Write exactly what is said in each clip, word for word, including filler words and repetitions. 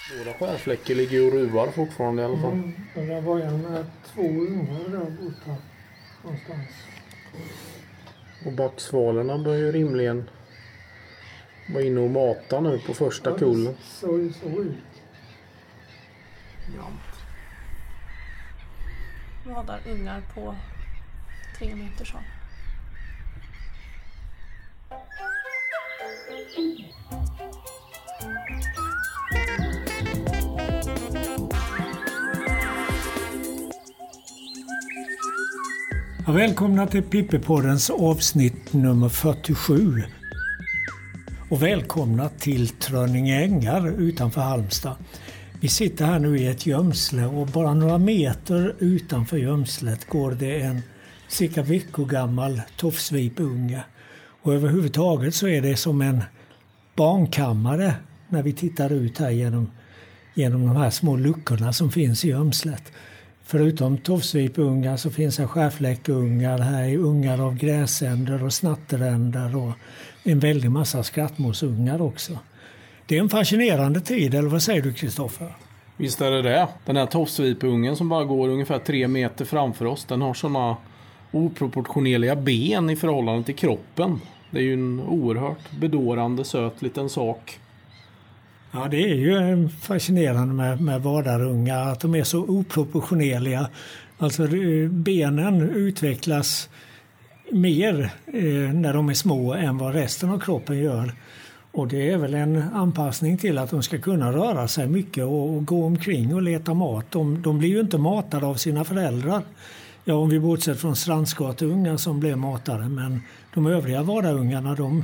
Våra skärfläckor ligger ju och ruvar fortfarande i alla fall. Mm, och där var jag med två ungar där borta någonstans. Och backsvalarna bör ju rimligen vara inne och mata nu på första ja, kullen. Så så ut. Ja. Vadar ungar på tre meters håll. Ja, välkomna till Pippipoddens avsnitt nummer fyrtiosju. Och välkomna till Trönninge ängar utanför Halmstad. Vi sitter här nu i ett gömsle och bara några meter utanför gömslet går det en cirka veckogammal tofsvipunge. Och överhuvudtaget så är det som en barnkammare när vi tittar ut här genom, genom de här små luckorna som finns i gömslet. Förutom tofsvipungar så finns det skärfläckungar, här är ungar av gräsänder och snatteränder och en väldig massa skrattmåsungar också. Det är en fascinerande tid, eller vad säger du, Kristoffer? Visst är det det. Den här tofsvipungen som bara går ungefär tre meter framför oss, den har sådana oproportionerliga ben i förhållande till kroppen. Det är ju en oerhört bedårande söt liten sak. Ja, det är ju fascinerande med, med vadarungar att de är så oproportionerliga. Alltså benen utvecklas mer eh, när de är små än vad resten av kroppen gör. Och det är väl en anpassning till att de ska kunna röra sig mycket och, och gå omkring och leta mat. De, de blir ju inte matade av sina föräldrar. Ja, om vi bortser från strandskatungar som blir matade, men de övriga vadarungarna de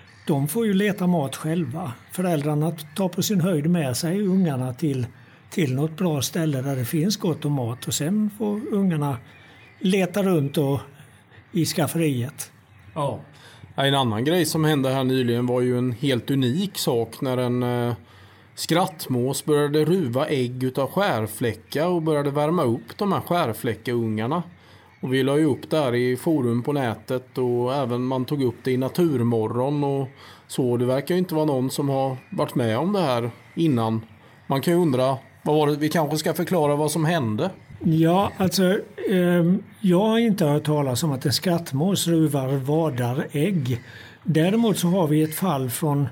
De får ju leta mat själva. Föräldrarna tar på sin höjd med sig ungarna till, till något bra ställe där det finns gott om mat. Och sen får ungarna leta runt och, i skafferiet. Ja. En annan grej som hände här nyligen var ju en helt unik sak när en eh, skrattmås började ruva ägg utav skärfläcka och började värma upp de här skärfläckeungarna. Och vi la ju upp där i forum på nätet och även man tog upp det i Naturmorgon och så. Det verkar ju inte vara någon som har varit med om det här innan. Man kan ju undra, vad var det? Vi kanske ska förklara vad som hände. Ja, alltså eh, jag har inte hört talas om att en skrattmås ruvar vadarägg. Däremot så har vi ett fall från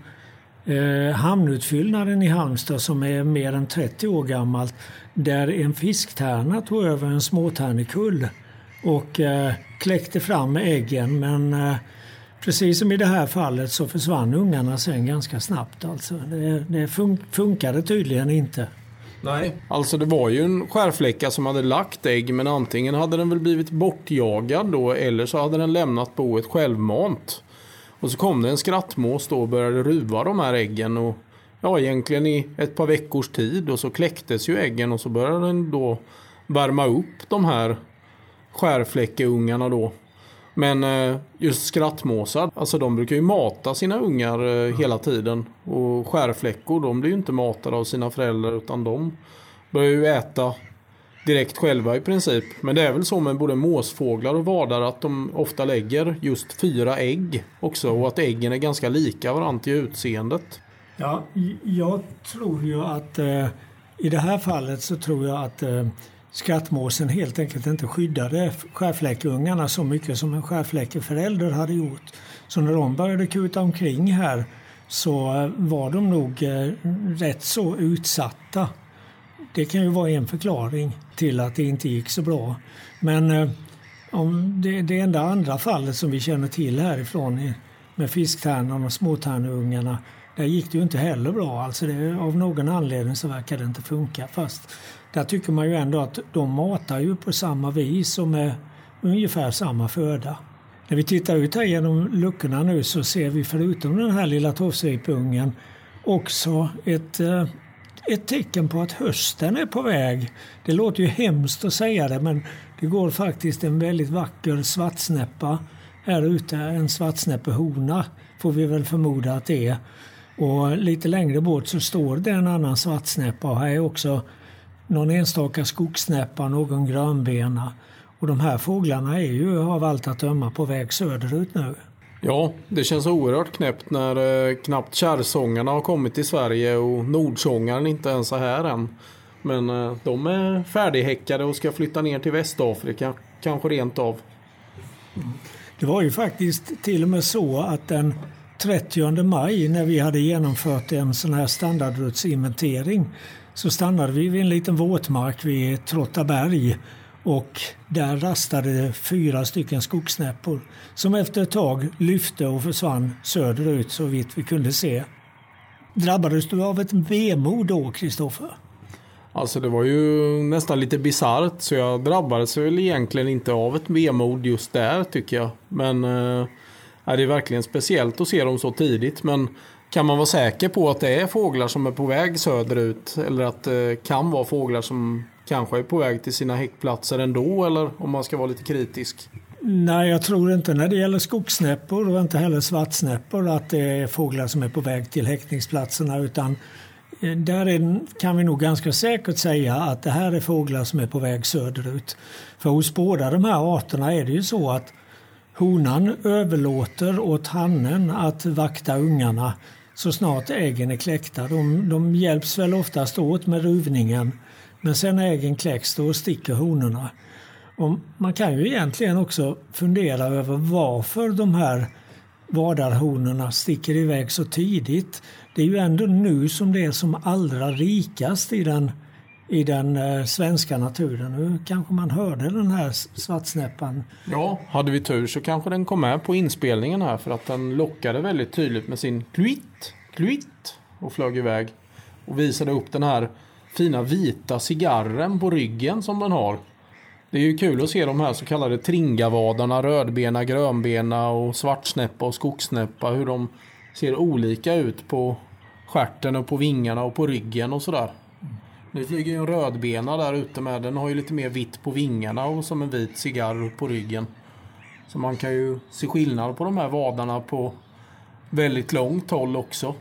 eh, hamnutfyllnaden i Halmstad som är mer än trettio år gammalt. Där en fisktärna tog över en småtärnekull och eh, kläckte fram äggen, men eh, precis som i det här fallet så försvann ungarna sen ganska snabbt. Alltså. Det, det fun- funkade tydligen inte. Nej, alltså det var ju en skärfläcka som hade lagt ägg, men antingen hade den väl blivit bortjagad då eller så hade den lämnat boet självmant. Och så kom det en skrattmås då och började ruva de här äggen och ja, egentligen i ett par veckors tid och så kläcktes ju äggen och så började den då värma upp de här skärfläckeungarna då. Men eh, just skrattmåsar, alltså de brukar ju mata sina ungar eh, hela tiden. Och skärfläckor, de blir ju inte matade av sina föräldrar utan de börjar ju äta direkt själva i princip. Men det är väl så med både måsfåglar och vadar att de ofta lägger just fyra ägg också. Och att äggen är ganska lika varandra i utseendet. Ja, jag tror ju att eh, i det här fallet så tror jag att eh, skrattmåsen helt enkelt inte skyddade skärfläckeungarna så mycket som en skärfläckeförälder hade gjort. Så när de började kuta omkring här så var de nog rätt så utsatta. Det kan ju vara en förklaring till att det inte gick så bra. Men om det, det enda andra fallet som vi känner till härifrån med fisktärnan och småtärneungarna, där gick det ju inte heller bra. Alltså det, av någon anledning så verkar det inte funka. Fast där tycker man ju ändå att de matar ju på samma vis och med ungefär samma föda. När vi tittar ut här genom luckorna nu så ser vi förutom den här lilla tofsvipungen också ett, ett tecken på att hösten är på väg. Det låter ju hemskt att säga det, men det går faktiskt en väldigt vacker svartsnäppa här ute. En svartsnäppehona får vi väl förmoda att det är. Och lite längre bort så står det en annan svartsnäppa och här är också någon enstaka skogssnäppa, någon grönbena. Och de här fåglarna är ju av allt att döma på väg söderut nu. Ja, det känns oerhört knäppt när eh, knappt kärrsångarna har kommit till Sverige och nordsångaren inte ens är här än. Men eh, de är färdighäckade och ska flytta ner till Västafrika, kanske rent av. Det var ju faktiskt till och med så att den trettionde maj när vi hade genomfört en sån här standardrutsinventering så stannade vi vid en liten våtmark vid Trottaberg och där rastade fyra stycken skogsnäppor som efter ett tag lyfte och försvann söderut så vitt vi kunde se. Drabbades du av ett vemod då, Kristoffer? Alltså det var ju nästan lite bizarrt så jag drabbades väl egentligen inte av ett vemod just där tycker jag. Men eh, är det är verkligen speciellt att se dem så tidigt. Men kan man vara säker på att det är fåglar som är på väg söderut eller att det kan vara fåglar som kanske är på väg till sina häckplatser ändå eller om man ska vara lite kritisk? Nej, jag tror inte när det gäller skogsnäppor och inte heller svartsnäppor att det är fåglar som är på väg till häckningsplatserna utan där är, kan vi nog ganska säkert säga att det här är fåglar som är på väg söderut. För hos båda de här arterna är det ju så att honan överlåter åt hannen att vakta ungarna så snart äggen är kläckta. De, de hjälps väl oftast åt med ruvningen men sen när äggen kläcks då sticker honorna. Och man kan ju egentligen också fundera över varför de här vadarhonorna sticker iväg så tidigt. Det är ju ändå nu som det är som allra rikast i den, i den eh, svenska naturen. Nu kanske man hörde den här svartsnäppan. Ja, hade vi tur så kanske den kom med på inspelningen här för att den lockade väldigt tydligt med sin kluitt, kluitt och flög iväg och visade upp den här fina vita cigarren på ryggen som den har. Det är ju kul att se de här så kallade tringavadarna, rödbena, grönbena och svartsnäppa och skogssnäppa, hur de ser olika ut på stjärten och på vingarna och på ryggen och sådär. Nu flyger ju en rödbena där ute med, den har ju lite mer vitt på vingarna och som en vit cigarr på ryggen. Så man kan ju se skillnad på de här vadarna på väldigt långt håll också.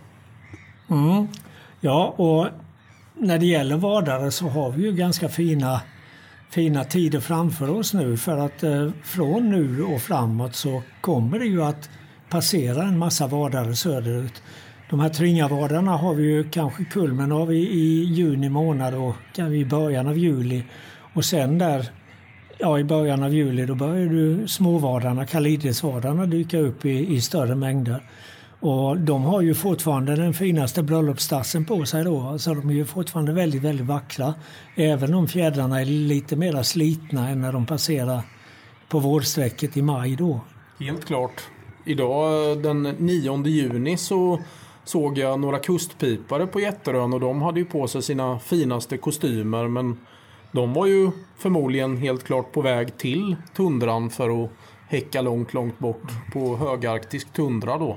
Mm. Ja, och när det gäller vadare så har vi ju ganska fina fina tider framför oss nu för att eh, från nu och framåt så kommer det ju att passera en massa vadare söderut. De här tringavadarna har vi ju kanske kulmen av i, i juni månad och i början av juli och sen där ja, i början av juli då börjar ju småvadarna, kalidesvadarna dyka upp i, i större mängder. Och de har ju fortfarande den finaste bröllopsstassen på sig då. Så de är ju fortfarande väldigt, väldigt vackra. Även om fjädrarna är lite mer slitna än när de passerar på vårsträcket i maj då. Helt klart. Idag den nionde juni så såg jag några kustpipare på Jätterön och de hade ju på sig sina finaste kostymer. Men de var ju förmodligen helt klart på väg till tundran för att häcka långt, långt bort på högarktisk tundra då.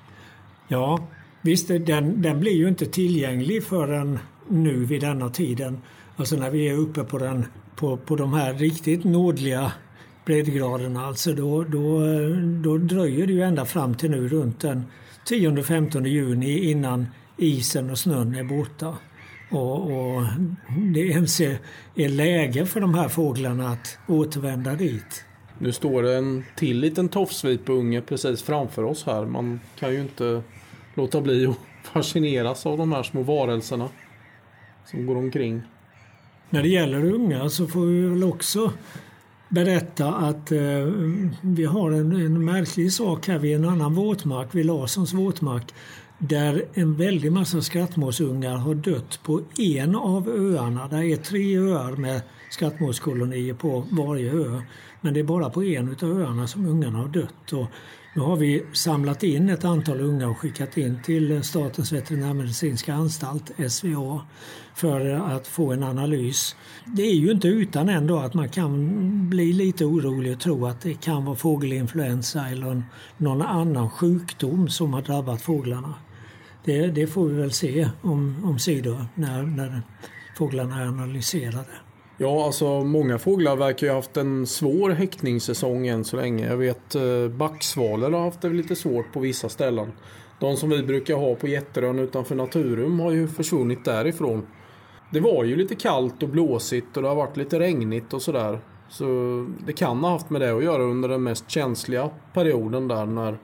Ja, visst den, den blir ju inte tillgänglig förrän nu vid denna tiden. Alltså när vi är uppe på, den, på, på de här riktigt nordliga breddgraderna. Alltså då, då, då dröjer det ju ända fram till nu runt den tionde femtonde juni innan isen och snön är borta. Och, och det ens är, är läge för de här fåglarna att återvända dit. Nu står det en till liten tofsvipunge precis framför oss här. Man kan ju inte låta bli att fascineras av de här små varelserna som går omkring. När det gäller unga så får vi väl också berätta att eh, vi har en, en märklig sak här vid en annan våtmark, vid Larssons våtmark, där en väldig massa skrattmåsungar har dött på en av öarna. Det är tre öar med skrattmåskolonier på varje ö. Men det är bara på en av öarna som ungarna har dött. Och nu har vi samlat in ett antal unga och skickat in till Statens veterinärmedicinska anstalt, S V A, för att få en analys. Det är ju inte utan ändå att man kan bli lite orolig och tro att det kan vara fågelinfluensa eller någon annan sjukdom som har drabbat fåglarna. Det, det får vi väl se om, om sidor när, när fåglarna är analyserade. Ja, alltså många fåglar verkar ju ha haft en svår häckningssäsong än så länge. Jag vet eh, backsvalor har haft det lite svårt på vissa ställen. De som vi brukar ha på Jätterön utanför Naturum har ju försvunnit därifrån. Det var ju lite kallt och blåsigt och det har varit lite regnigt och sådär. Så det kan ha haft med det att göra under den mest känsliga perioden där när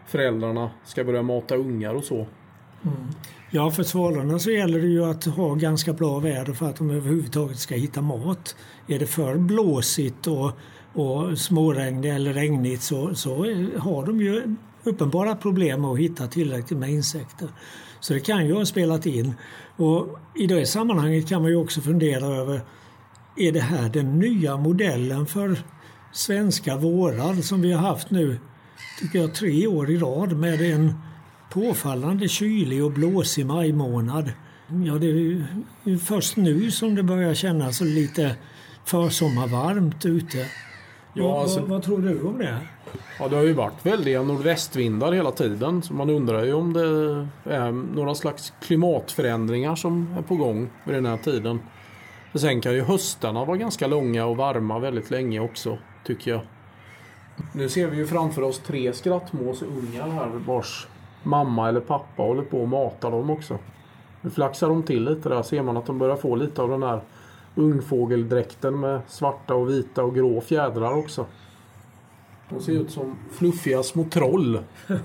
föräldrarna ska börja mata ungar och så. Mm. Ja, för svalorna så gäller det ju att ha ganska bra väder för att de överhuvudtaget ska hitta mat. Är det för blåsigt och, och småregnigt eller regnigt så, så har de ju uppenbara problem med att hitta tillräckligt med insekter. Så det kan ju ha spelat in. Och i det sammanhanget kan man ju också fundera över, är det här den nya modellen för svenska vårar som vi har haft nu, tycker jag, tre år i rad med en påfallande kylig och blåsig majmånad. Ja, det är ju först nu som det börjar kännas lite försommarvarmt ute. Ja, vad, alltså, vad, vad tror du om det? Ja, det har ju varit väldiga nordvästvindar hela tiden, så man undrar ju om det är några slags klimatförändringar som är på gång vid den här tiden. För sen kan ju höstarna vara ganska långa och varma väldigt länge också, tycker jag. Nu ser vi ju framför oss tre skrattmåsungar här, vars mamma eller pappa håller på att mata dem också. Nu flaxar de till lite där, ser man att de börjar få lite av den här ungfågeldräkten med svarta och vita och grå fjädrar också. De ser ut som fluffiga små troll.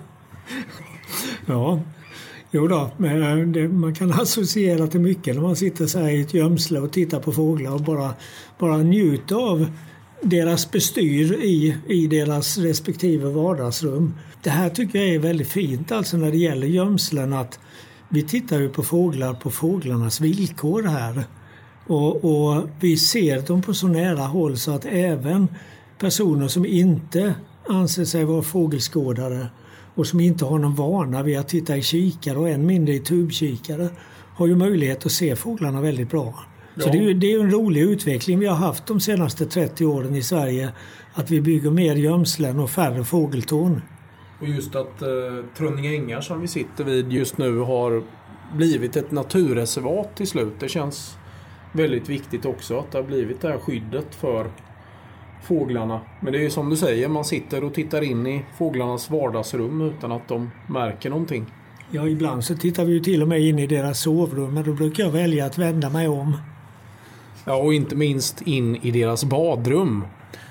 Ja, jo då, men det, man kan associera till mycket när man sitter så här i ett gömsle och tittar på fåglar och bara, bara njuter av deras bestyr i, i deras respektive vardagsrum. Det här tycker jag är väldigt fint, alltså när det gäller gömslen, att vi tittar ju på fåglar på fåglarnas villkor här. Och, och vi ser dem på så nära håll så att även personer som inte anser sig vara fågelskådare och som inte har någon vana vid att titta i kikare och än mindre i tubkikare har ju möjlighet att se fåglarna väldigt bra. Ja. Så det är ju det är en rolig utveckling vi har haft de senaste trettio åren i Sverige, att vi bygger mer gömslen och färre fågeltorn. Och just att eh, Trönninge ängar som vi sitter vid just nu har blivit ett naturreservat till slut. Det känns väldigt viktigt också att det har blivit det här skyddet för fåglarna. Men det är ju som du säger, man sitter och tittar in i fåglarnas vardagsrum utan att de märker någonting. Ja, ibland så tittar vi ju till och med in i deras sovrum, men då brukar jag välja att vända mig om. Ja, och inte minst in i deras badrum.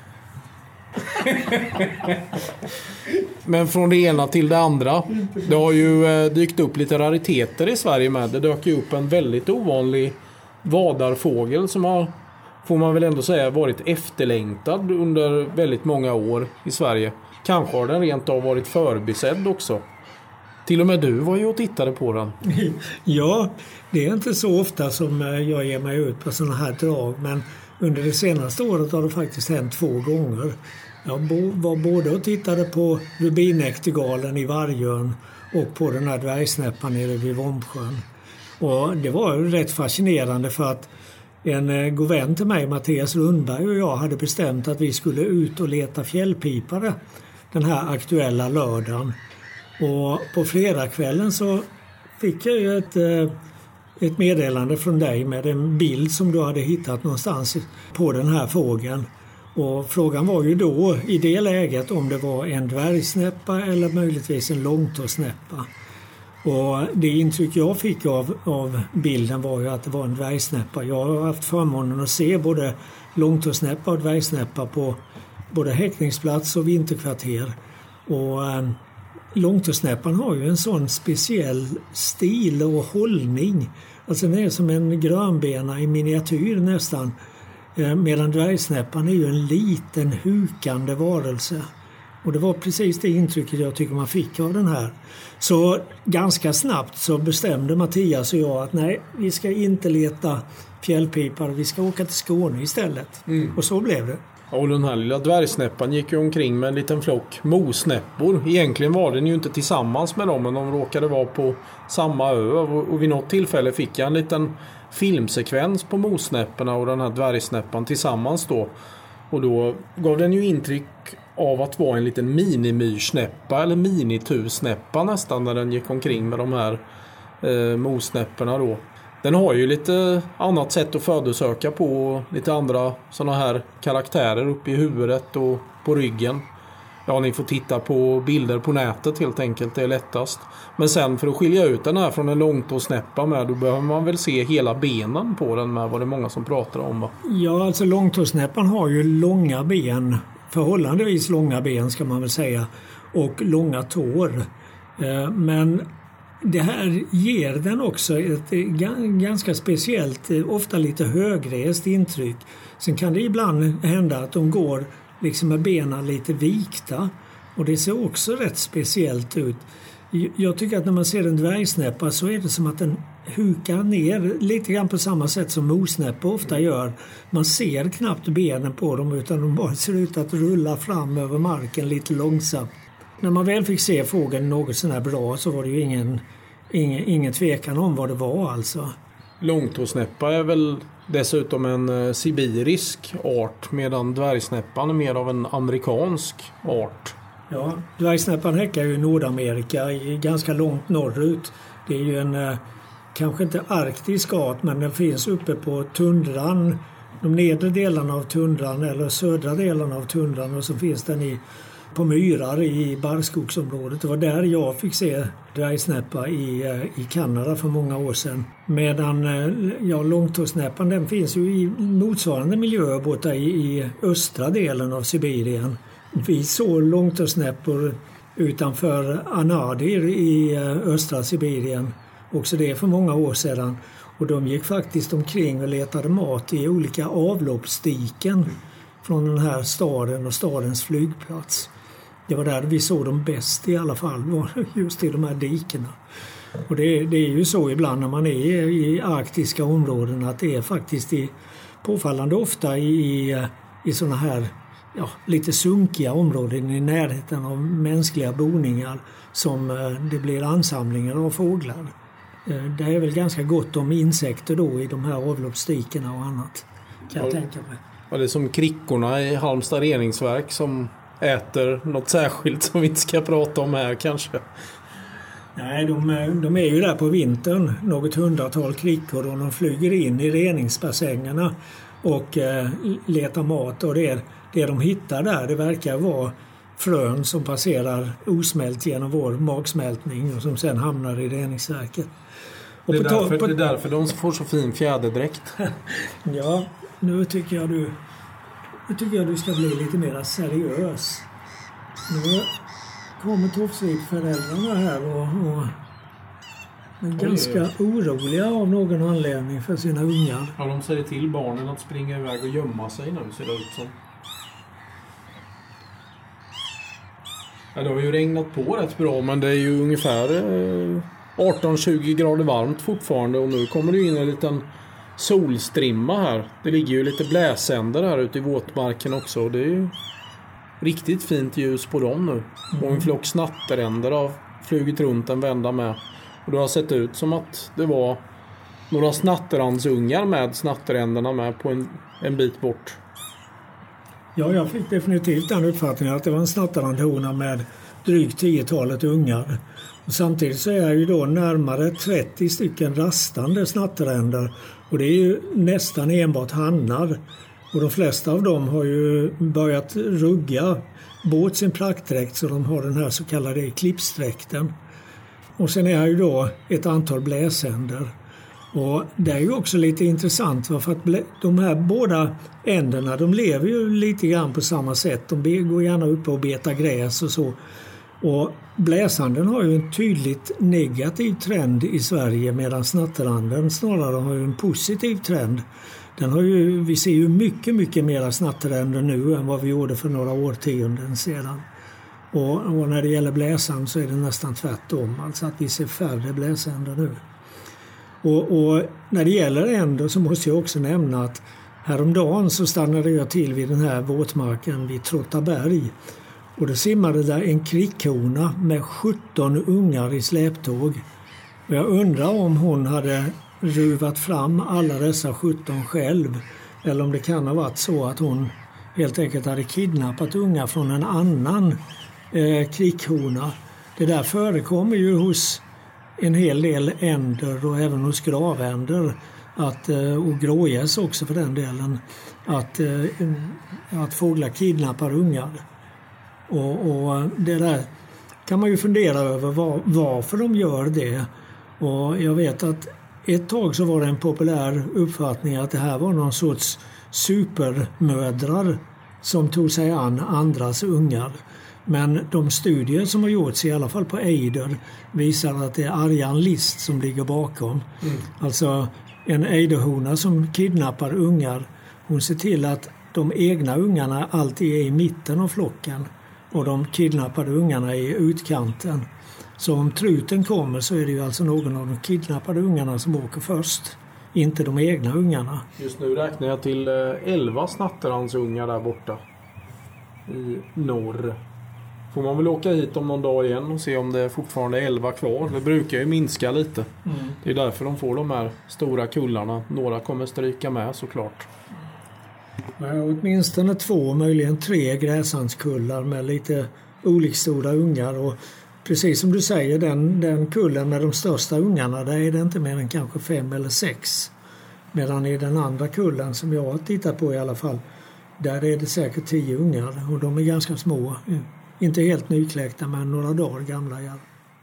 Men från det ena till det andra. Det har ju dykt upp lite rariteter i Sverige med. Det dök ju upp en väldigt ovanlig vadarfågel som har, får man väl ändå säga, varit efterlängtad under väldigt många år i Sverige. Kanske har den rent av varit förbisedd också. Till och med du var ju och tittade på den. Ja, det är inte så ofta som jag ger mig ut på sådana här drag, men under det senaste året har det faktiskt hänt två gånger. Jag var både och tittade på rubinäktergalen i Vargön och på den här dvärgsnäppan nere vid Vombsjön. Och det var ju rätt fascinerande för att en god vän till mig, Mattias Lundberg, och jag hade bestämt att vi skulle ut och leta fjällpipare den här aktuella lördagen. Och på fredagskvällen så fick jag ju ett, ett meddelande från dig med en bild som du hade hittat någonstans på den här fågeln. Och frågan var ju då i det läget om det var en dvärgsnäppa eller möjligtvis en långtåsnäppa. Och det intryck jag fick av, av bilden var ju att det var en dvärgsnäppa. Jag har haft förmånen att se både långtåsnäppa och dvärgsnäppa på både häckningsplats och vinterkvarter. Och eh, långtåsnäppan har ju en sån speciell stil och hållning. Alltså den är som en grönbena i miniatyr nästan. Eh, medan dvärgsnäppan är ju en liten hukande varelse. Och det var precis det intrycket jag tycker man fick av den här. Så ganska snabbt så bestämde Mattias och jag att nej, vi ska inte leta fjällpipar, vi ska åka till Skåne istället. Mm. Och så blev det. Och den här lilla dvärgsnäppan gick ju omkring med en liten flock mosnäppor. Egentligen var den ju inte tillsammans med dem, men de råkade vara på samma ö. Och vid något tillfälle fick jag en liten filmsekvens på mosnäpporna och den här dvärgsnäppan tillsammans då. Och då gav den ju intryck av att vara en liten minimyrsnäppa eller minitusnäppa nästan när den gick omkring med de här eh, mosnäpporna då. Den har ju lite annat sätt att födosöka på, lite andra sådana här karaktärer uppe i huvudet och på ryggen. Ja, ni får titta på bilder på nätet helt enkelt, det är lättast. Men sen för att skilja ut den här från en långtåsnäppa med, då behöver man väl se hela benen på den med, vad det är många som pratar om, va? Ja, alltså långtåsnäppan har ju långa ben, förhållandevis långa ben ska man väl säga. och långa tår. Men det här ger den också ett ganska speciellt, ofta lite högrest intryck. Sen kan det ibland hända att de går liksom med benen lite vikta och det ser också rätt speciellt ut. Jag tycker att när man ser en dvärgsnäppa så är det som att den hukar ner lite grann på samma sätt som mosnäppa ofta gör. Man ser knappt benen på dem utan de bara ser ut att rulla fram över marken lite långsamt. När man väl fick se fågeln något sån här bra så var det ju ingen, ingen, ingen tvekan om vad det var alltså. Långtåsnäppa är väl dessutom en eh, sibirisk art medan dvärgsnäppan är mer av en amerikansk art. Ja, dvärgsnäppan häckar ju i Nordamerika, i ganska långt norrut. Det är ju en, eh, kanske inte arktisk art, men den finns uppe på tundran, de nedre delarna av tundran eller södra delarna av tundran, och så finns den i, på myrar i barrskogsområdet. Det var där jag fick se dvärgsnäppa i, eh, i Kanada för många år sedan. Medan eh, ja, långtåsnäppan den finns ju i motsvarande miljöer borta i, i östra delen av Sibirien. Vi såg långtåsnäppor utanför Anadyr i östra Sibirien, också det för många år sedan. Och de gick faktiskt omkring och letade mat i olika avloppsdiken från den här staden och stadens flygplats. Det var där vi såg dem bäst i alla fall, var just i de här dikena. Och det, det är ju så ibland när man är i arktiska områden att det är faktiskt i, påfallande ofta i, i sådana här ja, lite sunkiga områden i närheten av mänskliga boningar som det blir ansamlingar av fåglar. Det är väl ganska gott om insekter då i de här avloppsdikerna och annat, kan jag ja, tänka mig. Ja, det är som krickorna i Halmstad reningsverk som äter något särskilt som vi inte ska prata om här kanske. Nej, de, de är ju där på vintern, något hundratal krickor, och de flyger in i reningsbassängerna och eh, letar mat, och det är Det de hittar där, det verkar vara frön som passerar osmält genom vår magsmältning och som sen hamnar i reningsverket. Och det, är på därför, på, det är därför de får så fin fjäderdräkt. Ja, nu tycker jag du nu tycker jag du ska bli lite mer seriös. Nu kommer tofsvikföräldrarna här och, och är ganska oroliga av någon anledning för sina ungar. Ja, de säger till barnen att springa iväg och gömma sig nu, ser det ut som. Ja, det har ju regnat på rätt bra, men det är ju ungefär arton tjugo grader varmt fortfarande, och nu kommer det in en liten solstrimma här. Det ligger ju lite bläsänder här ute i våtmarken också, och det är ju riktigt fint ljus på dem nu. Mm. Och en flock snatteränder har flugit runt en vända med. Och det har sett ut som att det var några snatterandsungar med snatteränderna med på en, en bit bort. Ja, jag fick definitivt den uppfattningen att det var en snattarandhona med drygt tiotalet ungar. Och samtidigt så är ju då närmare trettio stycken rastande snatteränder, och det är ju nästan enbart hannar. Och de flesta av dem har ju börjat rugga bort sin praktdräkt, så de har den här så kallade klippsträkten. Och sen är ju då ett antal bläsänder. Och det är ju också lite intressant, för att de här båda änderna, de lever ju lite grann på samma sätt. De går gärna upp och betar gräs och så. Och bläsanden har ju en tydligt negativ trend i Sverige, medan snatteranden snarare har ju en positiv trend. Den har ju, vi ser ju mycket, mycket mer snatteränder nu än vad vi gjorde för några årtionden sedan. Och, och när det gäller bläsand så är det nästan tvärtom, alltså att vi ser färre bläsänder nu. Och, och när det gäller änder så måste jag också nämna att häromdagen så stannade jag till vid den här våtmarken vid Trottaberg. Och det simmade där en krickhona med sjutton ungar i släptåg. Och jag undrar om hon hade ruvat fram alla dessa sjutton själv, eller om det kan ha varit så att hon helt enkelt hade kidnappat ungar från en annan eh, krickhona. Det där förekommer ju hos en hel del änder och även hos gravänder, att, och grågäss också för den delen, att, att fåglar kidnappar ungar. Och, och det där kan man ju fundera över var, varför de gör det. Och jag vet att ett tag så var det en populär uppfattning att det här var någon sorts supermödrar som tog sig an andras ungar. Men de studier som har gjorts, i alla fall på ejder, visar att det är argan list som ligger bakom. Mm. Alltså en ejderhona som kidnappar ungar, hon ser till att de egna ungarna alltid är i mitten av flocken och de kidnappade ungarna är i utkanten. Så om truten kommer så är det ju alltså någon av de kidnappade ungarna som åker först, inte de egna ungarna. Just nu räknar jag till elva snatteransungar där borta i norr. Får man väl åka hit om någon dag igen och se om det fortfarande är elva kvar. Det brukar ju minska lite. Mm. Det är därför de får de här stora kullarna. Några kommer stryka med såklart. Men åtminstone två, möjligen tre gräsandskullar med lite olikstora ungar. Och precis som du säger, den, den kullen med de största ungarna, där är det inte mer än kanske fem eller sex. Medan i den andra kullen som jag har tittat på i alla fall, där är det säkert tio ungar och de är ganska små. Inte helt nykläckta, men några dagar gamla. Ja.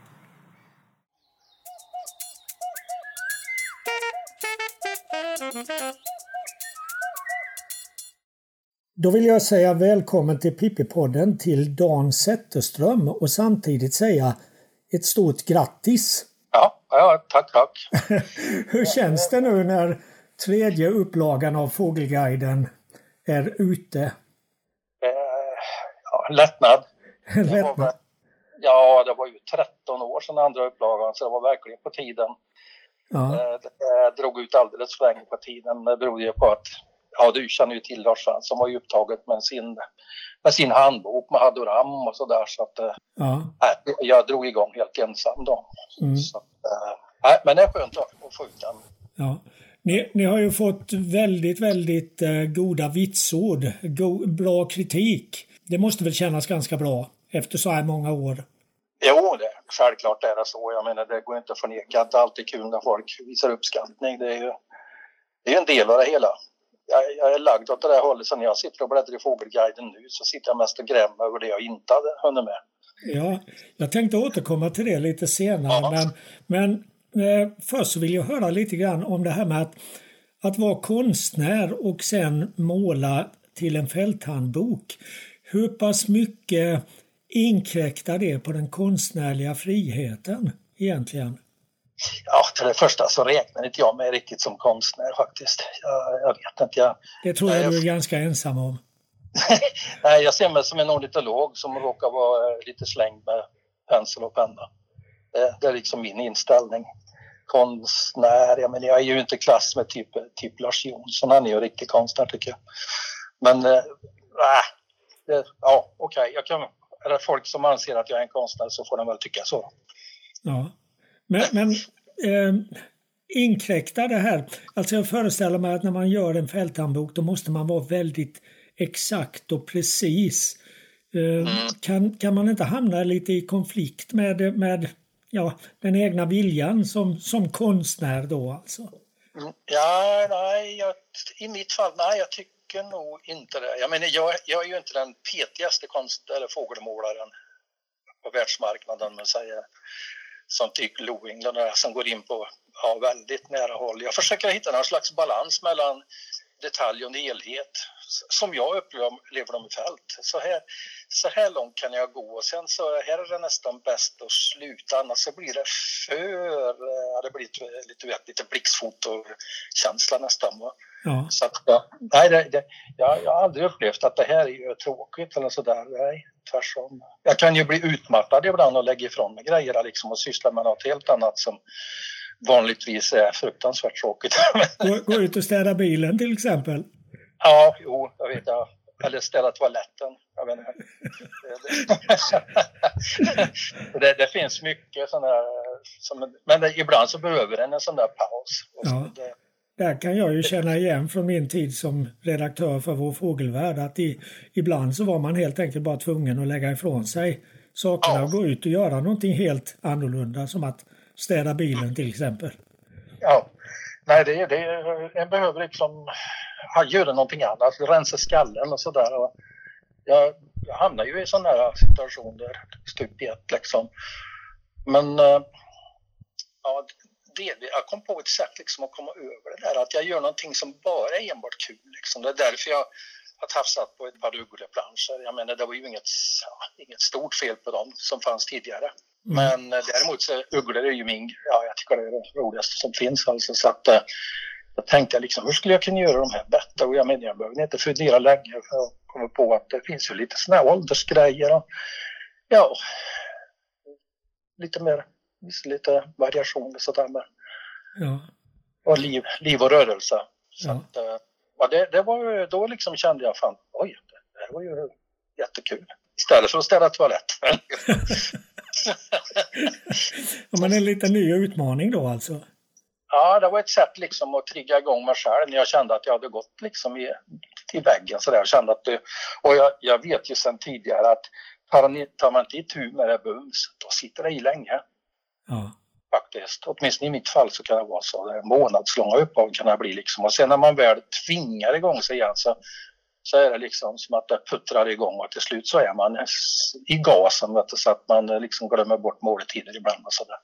Då vill jag säga välkommen till Pippi-podden till Dan Zetterström och samtidigt säga ett stort grattis. Ja, ja tack, tack. Hur känns det nu när tredje upplagan av Fågelguiden är ute? Eh, ja, lättnad. lättnad. Det var, ja, det var ju tretton år sedan andra upplagan, så det var verkligen på tiden. Ja. Eh, det drog ut alldeles för länge på tiden. Det berodde ju på att, ja, du känner ju till Lars Svensson, som var ju upptaget med sin, med sin handbok med Hadoram och sådär. Så att ja. äh, jag drog igång helt ensam då. Mm. Så, äh, men det är skönt att få ut den. Ja. Ni, ni har ju fått väldigt, väldigt eh, goda vitsord, go, bra kritik. Det måste väl kännas ganska bra efter så här många år? Jo, det, självklart är det så. Jag menar, det går inte att förneka att det alltid är kul när folk visar uppskattning. Det är ju det är en del av det hela. Jag, jag är lagd åt det där hållet, så när jag sitter och bläddrar i Fågelguiden nu så sitter jag mest och grämmer över det jag inte hade hunnit med. Ja, jag tänkte återkomma till det lite senare, ja. men, men eh, först så vill jag höra lite grann om det här med att, att vara konstnär och sen måla till en fälthandbok. Hur pass mycket inkräktar det på den konstnärliga friheten egentligen? Ja, till det första så räknar inte jag mig riktigt som konstnär faktiskt. Jag, jag vet inte. Jag, det tror jag, jag du är ganska ensam om. Nej, jag ser mig som en ornitolog som råkar vara lite slängd med pensel och penna. Det, det är liksom min inställning. Konstnär, jag menar, jag är ju inte klass med typ, typ Lars Jonsson. Han är ju riktigt konstnär tycker jag. Men, äh, det, ja okej. Okay. Jag kan, är det folk som anser att jag är en konstnär så får de väl tycka så. Ja. Men, men eh, inkräktar det här, alltså jag föreställer mig att när man gör en fälthandbok då måste man vara väldigt exakt och precis. Eh, kan, kan man inte hamna lite i konflikt med, med ja, den egna viljan som, som konstnär då alltså? Ja, nej, jag, i mitt fall, nej jag tycker nog inte det. Jag menar, jag, jag är ju inte den petigaste konst- eller fågelmålaren på världsmarknaden, men säger som typ Loengland som går in på ja, väldigt nära håll. Jag försöker hitta någon slags balans mellan detalj och helhet som jag upplever dem i fält. Så här, så här långt kan jag gå och sen så här är det nästan bäst att sluta, annars så blir det för, ja, det blir lite, lite, lite blixtfotokänsla nästan. Va? Ja. Så att, ja, nej, det, det, jag, jag har aldrig upplevt att det här är tråkigt eller sådär, nej, tvärtom. Jag kan ju bli utmattad ibland och lägga ifrån mig grejer liksom, och syssla med något helt annat som vanligtvis är fruktansvärt tråkigt. Gå, gå ut och städa bilen till exempel? Ja, jo, jag vet jag. Eller ställa toaletten. Jag vet inte. det, det finns mycket sådana där, som, men det, ibland så behöver den en sån där paus. Ja. Det, där kan jag ju känna igen från min tid som redaktör för Vår Fågelvärld att i, ibland så var man helt enkelt bara tvungen att lägga ifrån sig sakerna ja. och gå ut och göra någonting helt annorlunda som att städa bilen till exempel. Ja, nej det är det. En behöver liksom göra någonting annat, rensa skallen och sådär. Jag, jag hamnar ju i sådana här situationer stup i ett liksom. Men ja, det, jag kom på ett sätt liksom att komma över det där, att jag gör någonting som bara är enbart kul liksom. Det är därför jag har tafsat på ett par uggleplanscher. Jag menar, det var ju inget, ja, inget stort fel på dem som fanns tidigare. Mm. Men eh, däremot så ugglor är ju min, ja, jag tycker det är det roligaste som finns. Alltså, så att eh, jag tänkte liksom, hur skulle jag kunna göra de här bättre? Och jag menar, jag behöver inte fundera länge för att komma på att det finns ju lite såna här åldersgrejer. Och, ja, lite mer, lite variation och sådär med. Ja. Och liv, liv och rörelse. Så ja. Att, eh, ja, det, det var, då liksom kände jag fan, oj, det här var ju jättekul. Istället för att ställa toalett. Ja, men en liten ny utmaning då alltså? Ja, det var ett sätt liksom att trigga igång mig själv när jag kände att jag hade gått liksom i, till väggen så där. Jag kände att det, och jag, jag vet ju sedan tidigare att tar, tar man inte itu med det bums, då sitter det i länge. Ja. Faktiskt. Åtminstone i mitt fall så kan det vara så. Det månadslånga uppehåll kan det bli liksom. Och sen när man väl tvingar igång sig igen så, så är det liksom som att det puttrar igång och till slut så är man i gasen, vet du, så att man liksom glömmer bort måltider ibland och sådär.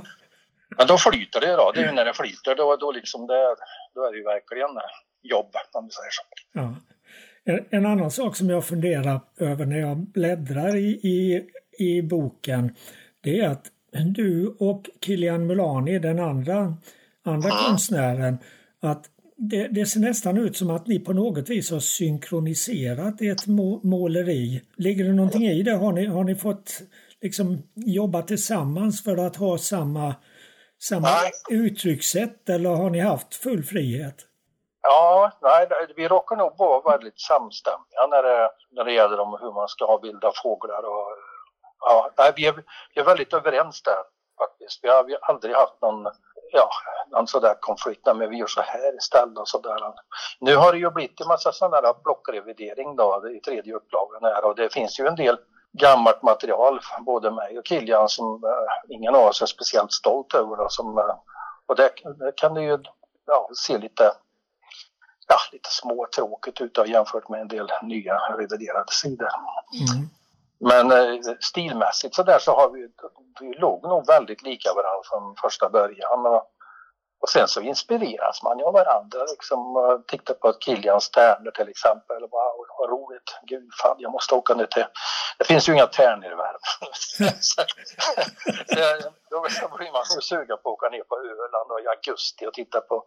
Men då flyter det då. Det är ju när det flyter då, då, liksom det, då är det ju verkligen jobb, om du säger så. Ja. En, en annan sak som jag funderar över när jag bläddrar i, i, i boken, det är att du och Kilian Mulani, den andra, andra mm. konstnären, att det, det ser nästan ut som att ni på något vis har synkroniserat ett må, måleri. Ligger det någonting i det? Har ni, har ni fått liksom jobba tillsammans för att ha samma, samma uttryckssätt, eller har ni haft full frihet? Ja, nej, vi råkar nog vara väldigt samstämmiga när det, när det gäller om hur man ska ha bilda fåglar och ja, nej, vi, är, vi är väldigt överens där faktiskt. Vi har, vi har aldrig haft någon, ja, någon sådär konflikt, men vi gör så här istället och sådär. Nu har det ju blivit en massa sådana där blockrevidering då i tredje upplagan här, och det finns ju en del gammalt material, både mig och Kilian, som uh, ingen av oss är speciellt stolt över då, som, uh, och det, det kan det ju ja, se lite ja, lite småtråkigt ut jämfört med en del nya reviderade sidor. Mm. Men eh, stilmässigt så där så har vi, vi låg nog väldigt lika varandra från första början. Och, och sen så inspireras man ju av varandra. Liksom, titta på ett Kilians tärnor till exempel. Wow, vad roligt. Gud fan, jag måste åka ner till... Det finns ju inga tärnor i världen. Då blir man så sugen på att åka ner på Öland och i augusti och titta på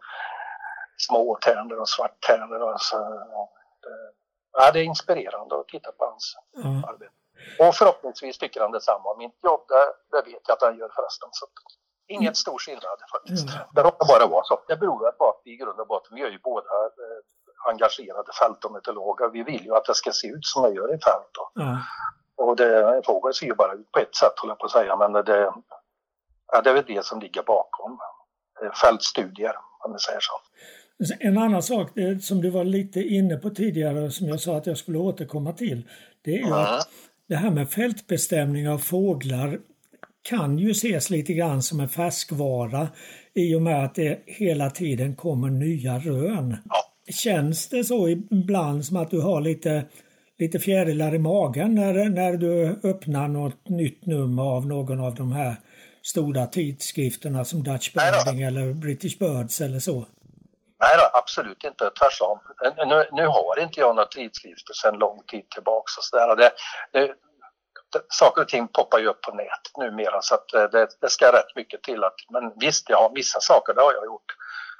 små tärnor och svart tärnor. Och så, det, ja, det är inspirerande att titta på hans mm. arbete. Och förhoppningsvis tycker han detsamma. Mitt jobb, det, det vet jag att han gör förresten. Så inget stor skillnad faktiskt. Mm. Det råkar bara vara så. Det beror på att vi i grund och botten, vi är ju båda eh, engagerade fältornitologer. Vi vill ju att det ska se ut som det gör i fält. Mm. Och det, fåglar ser ju bara ut på ett sätt, håller jag på att säga. Men det, ja, det är väl det som ligger bakom fältstudier, om man säger så. En annan sak som du var lite inne på tidigare, som jag sa att jag skulle återkomma till, det är ju mm. att det här med fältbestämning av fåglar kan ju ses lite grann som en färskvara i och med att det hela tiden kommer nya rön. Ja. Känns det så ibland som att du har lite, lite fjärilar i magen när, när du öppnar något nytt nummer av någon av de här stora tidskrifterna som Dutch Birding eller British Birds eller så? Nej då, absolut inte. Tvärtom. Nu, nu har inte jag några tidskrifter sedan lång tid tillbaka. Och så där. Det, det, det, saker och ting poppar ju upp på nätet numera, så att det, det ska rätt mycket till. Att, men visst, ja, vissa saker det har jag gjort.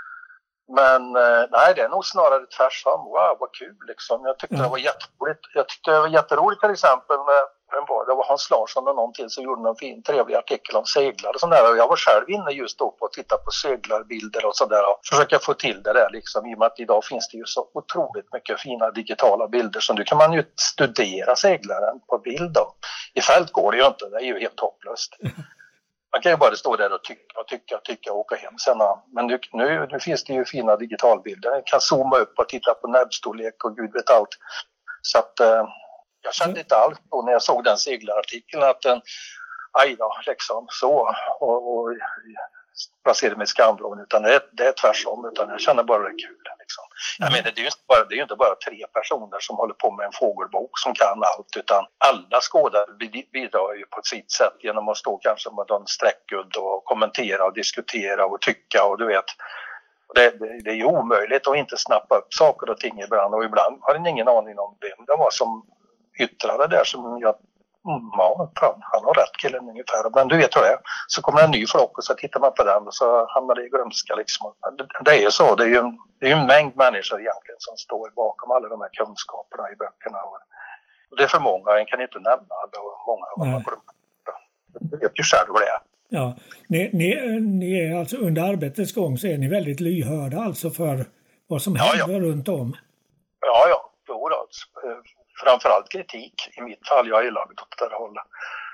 Men nej, det är nog snarare tvärtom. Wow, vad kul liksom. Jag tyckte mm. det var jätteroligt. Jag tyckte det var jätteroligt till exempel med var, det var Hans Larsson och någon till som gjorde en fin trevlig artikel om seglar och sådär. Och jag var själv inne just då på att titta på seglarbilder och sådär och försöka få till det där liksom, i och med att idag finns det ju så otroligt mycket fina digitala bilder, så nu kan man ju studera seglaren på bild då. I fält går det ju inte, det är ju helt hopplöst. Man kan ju bara stå där och tycka och tycka och tycka och åka hem sen. Men nu, nu, nu finns det ju fina digitalbilder. Man kan zooma upp och titta på näbbstorlek och gud vet allt. Så att eh, jag kände inte alls då när jag såg den seglarartikeln att den, aj då, liksom så. Och, och placerade mig i skamvrån, utan det är, det är tvärsom, utan jag känner bara det är kul. Liksom. Jag menar, det är ju inte bara, det är ju inte bara tre personer som håller på med en fågelbok som kan allt, utan alla skådare bidrar ju på sitt sätt genom att stå kanske med en sträckudd och kommentera och diskutera och tycka och du vet. Det, det, det är ju omöjligt att inte snappa upp saker och ting ibland, och ibland har en ingen aning om vem det var som yttrade där som jag, mm, ja, han har rätt killen ungefär, men du vet hur det är. Så kommer en ny flock och så tittar man på den och så hamnar det i glömska liksom. Det, det är ju så, det är ju, en, det är ju en mängd människor egentligen som står bakom alla de här kunskaperna i böckerna. Och det är för många, en kan inte nämna alla och många vad man glömmer. Du vet ju själv vad det är. Ja, ni, ni, ni är alltså under arbetets gång så är ni väldigt lyhörda alltså för vad som ja, händer ja. runt om. Ja, ja, jo då. Framförallt kritik i mitt fall, jag är lagd åt det där hållet.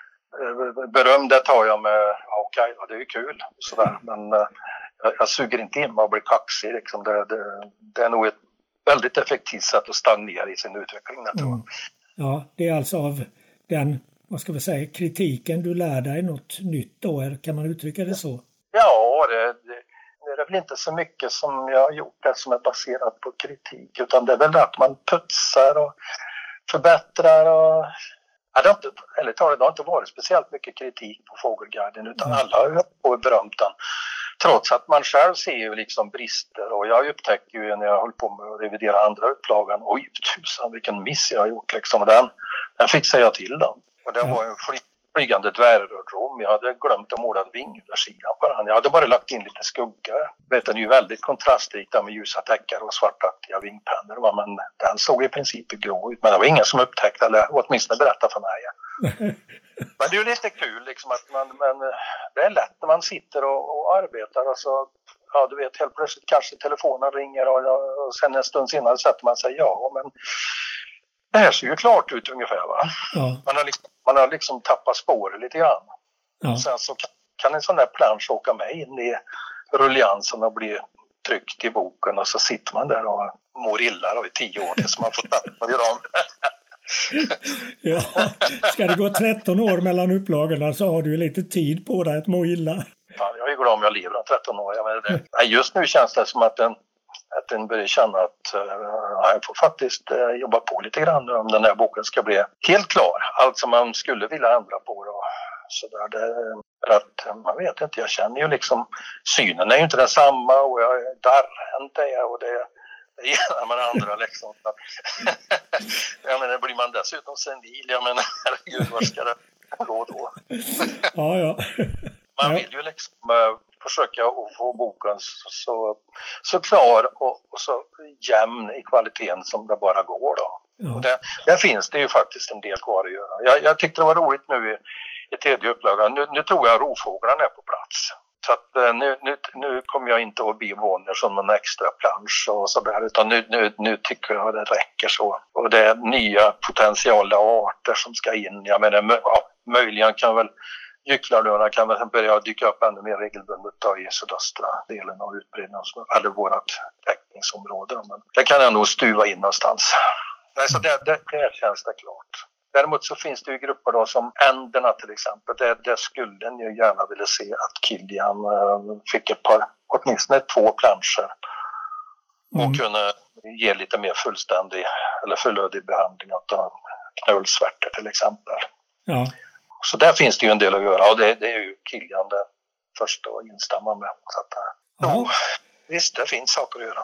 Beröm det tar jag med, ja, okej, ja, det är ju kul sådär, men jag, jag suger inte in mig och blir kaxig liksom. det, det, det är nog ett väldigt effektivt sätt att stagnera i sin utveckling, jag tror. Mm. Ja, det är alltså av den, vad ska vi säga, kritiken du lär dig något nytt då, kan man uttrycka det så? Ja, det, det, det är väl inte så mycket som jag har gjort det som är baserat på kritik, utan det är väl att man putsar och förbättrar och... Ja, det har inte, eller talat, det har inte varit speciellt mycket kritik på Fågelguiden, utan mm. alla har ju berömt den. Trots att man själv ser ju liksom brister, och jag upptäckte ju när jag höll på med att revidera andra upplagan, oj tusan vilken miss jag har gjort liksom, och den, den fixade jag till den. Och det mm. var en fly, flygande dvärgrom, jag hade glömt att måla vingsidan på den, jag hade bara lagt in lite skugga. Vet, den är ju väldigt kontrastrik där med ljusa täckar och svartaktiga vingpennor, men den såg i princip grå ut, men det var ingen som upptäckte, eller åtminstone berättade för mig. Men det är ju lite kul liksom, att man, men det är lätt när man sitter och, och arbetar och så, ja du vet, helt plötsligt kanske telefonen ringer och, och sen en stund senare sätter man sig, ja men det här ser ju klart ut ungefär, va? Ja. Man har liksom, man har liksom tappat spåret lite grann. Ja. Och sen så kan, kan en sån där plansch åka med in i rulliansen och bli tryckt i boken, och så sitter man där och mår illa då i tio år tills man får tappa och göra om. Ja, ska det gå tretton år mellan upplagorna så har du ju lite tid på dig att må illa. Ja, jag är glad om jag lever om tretton år. Jag menar det. Nej, just nu känns det som att den, att den börjar känna att uh, jag får faktiskt uh, jobba på lite grann om den här boken ska bli helt klar. Allt som man skulle vilja ändra på då. Så där, det, att, man vet inte, jag känner ju liksom, synen är ju inte densamma och jag är darrhänt och det det gillar man andra liksom. Jag menar, blir man dessutom senil, jag menar, herregud, vad ska det gå då? Ja, ja. Man vill ju liksom uh, försöka att få boken så, så, så klar och, och så jämn i kvaliteten som det bara går då. Ja. Och det, där finns det ju faktiskt en del kvar att göra. Jag, jag tyckte det var roligt nu i, i tredje upplagan. Nu, nu tror jag rovfåglarna är på plats. Så att nu, nu, nu kommer jag inte att bli Bonnier som någon extra plansch och sådär, utan nu, nu, nu tycker jag det räcker så. Och det är nya potentiella arter som ska in. Jag menar, ja, möjligen kan väl gycklarlöna kan väl börja dyka upp ännu mer regelbundet då i sydöstra delen av utbredningen, eller vårat täckningsområde. Men det kan jag nog stuva in någonstans. Nej, så det, det, det känns det klart. Däremot så finns det ju grupper då som änderna till exempel. Det, det skulle ni ju gärna vilja se att Kilian äh, fick ett par, åtminstone två planscher. Och mm. kunde ge lite mer fullständig eller fullödig behandling av knölsvärtor till exempel. Ja. Så där finns det ju en del att göra och det, det är ju Kilian det första att instämma med. Så att, ja. Då, visst, det finns saker att göra.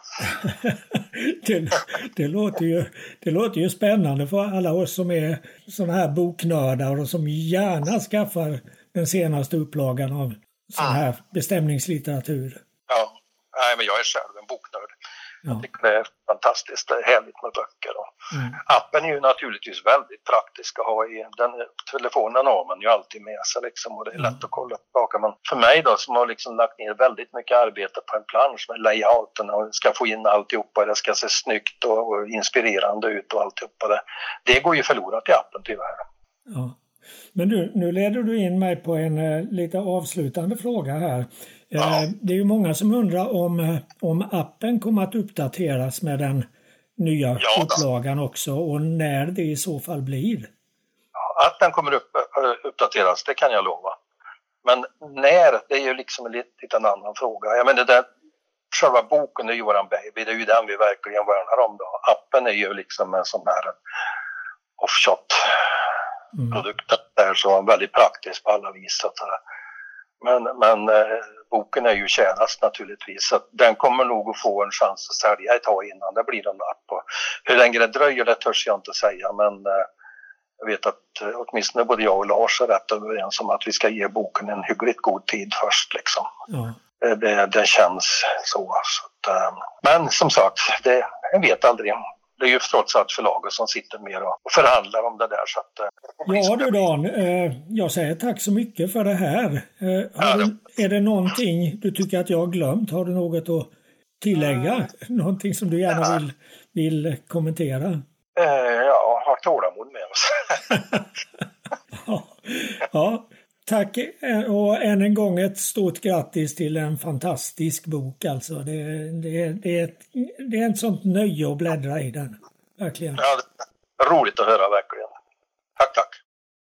det, det, låter ju, det låter ju spännande för alla oss som är såna här boknördar och som gärna skaffar den senaste upplagan av sån här mm. bestämningslitteratur. Ja, nej, men jag är själv en boknörd. Ja. Jag tycker det är fantastiskt, det är härligt med böcker. Och mm. appen är ju naturligtvis väldigt praktisk att ha i. Den, telefonen har man ju alltid med sig liksom, och det är lätt mm. att kolla tillbaka. Men för mig då som har liksom lagt ner väldigt mycket arbete på en plansch med layouten och ska få in alltihopa, det ska se snyggt och, och inspirerande ut och alltihopa det. Det går ju förlorat i appen tyvärr. Ja. Men du, nu leder du in mig på en uh, lite avslutande fråga här. Ja. Det är ju många som undrar om, om appen kommer att uppdateras med den nya ja, upplagan också och när det i så fall blir. Ja, att den kommer upp, uppdateras, det kan jag lova. Men när, det är ju liksom en lite en annan fråga. Jag menar, det, själva boken är ju våran baby, det är ju den vi verkligen värnar om då. Appen är ju liksom en sån här off-shot-produkt mm. där som är väldigt praktisk på alla vis. Så att, men men eh, boken är ju kärast naturligtvis, så den kommer nog att få en chans att sälja ett tag innan det blir en lapp. Och hur länge det dröjer, det törs jag inte säga, men eh, jag vet att eh, åtminstone både jag och Lars är rätt överens om att vi ska ge boken en hyggligt god tid först liksom. Ja. Det, det känns så. så att, eh, men som sagt, det, jag vet aldrig. Det är ju trots allt förlaget som sitter mer och förhandlar om det där. Så att, eh, ja du Dan, eh, jag säger tack så mycket för det här. Eh, har ja, du, är det någonting du tycker att jag har glömt? Har du något att tillägga? Mm. Någonting som du gärna ja. vill, vill kommentera? Eh, ja, ha tålamod med oss. ja, ja, tack och än en gång ett stort grattis till en fantastisk bok. Alltså. Det, det, det, är, ett, det är ett sånt nöje att bläddra i den. Verkligen. Ja, det är roligt att höra verkligen. Tack, tack.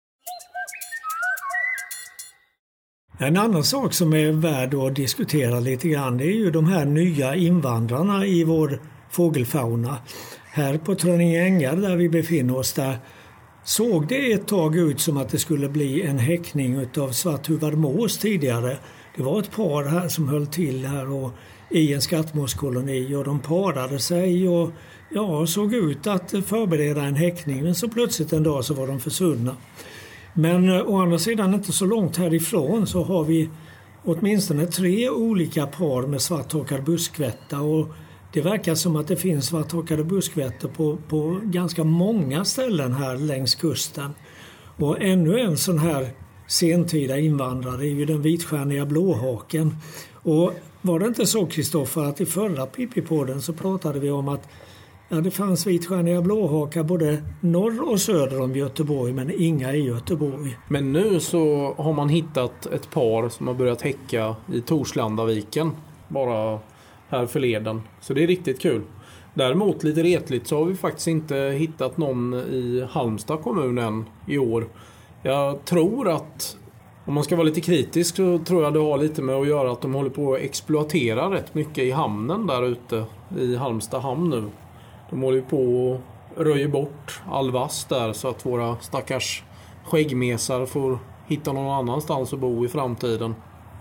En annan sak som är värd att diskutera lite grann, det är ju de här nya invandrarna i vår fågelfauna. Här på Trönninge ängar där vi befinner oss, där såg det ett tag ut som att det skulle bli en häckning av svarthuvad mås tidigare. Det var ett par här som höll till här och i en skattmåskoloni, och de parade sig och ja, såg ut att förbereda en häckning, men så plötsligt en dag så var de försvunna. Men å andra sidan inte så långt härifrån så har vi åtminstone tre olika par med svarthakad buskvätta, och det verkar som att det finns svarthakade buskvättor på, på ganska många ställen här längs kusten. Och ännu en sån här sentida invandrare är ju den vitstjärniga blåhaken. Och var det inte så, Kristoffer, att i förra Pippi-podden så pratade vi om att ja, det fanns vitstjärniga blåhakar både norr och söder om Göteborg, men inga i Göteborg. Men nu så har man hittat ett par som har börjat häcka i Torslandaviken bara här förleden. Så det är riktigt kul. Däremot lite retligt så har vi faktiskt inte hittat någon i Halmstad kommun än i år. Jag tror att, om man ska vara lite kritisk, så tror jag det har lite med att göra att de håller på att exploatera rätt mycket i hamnen där ute i Halmstad hamn nu. De håller på att röja bort all vass där så att våra stackars skäggmesar får hitta någon annanstans att bo i framtiden.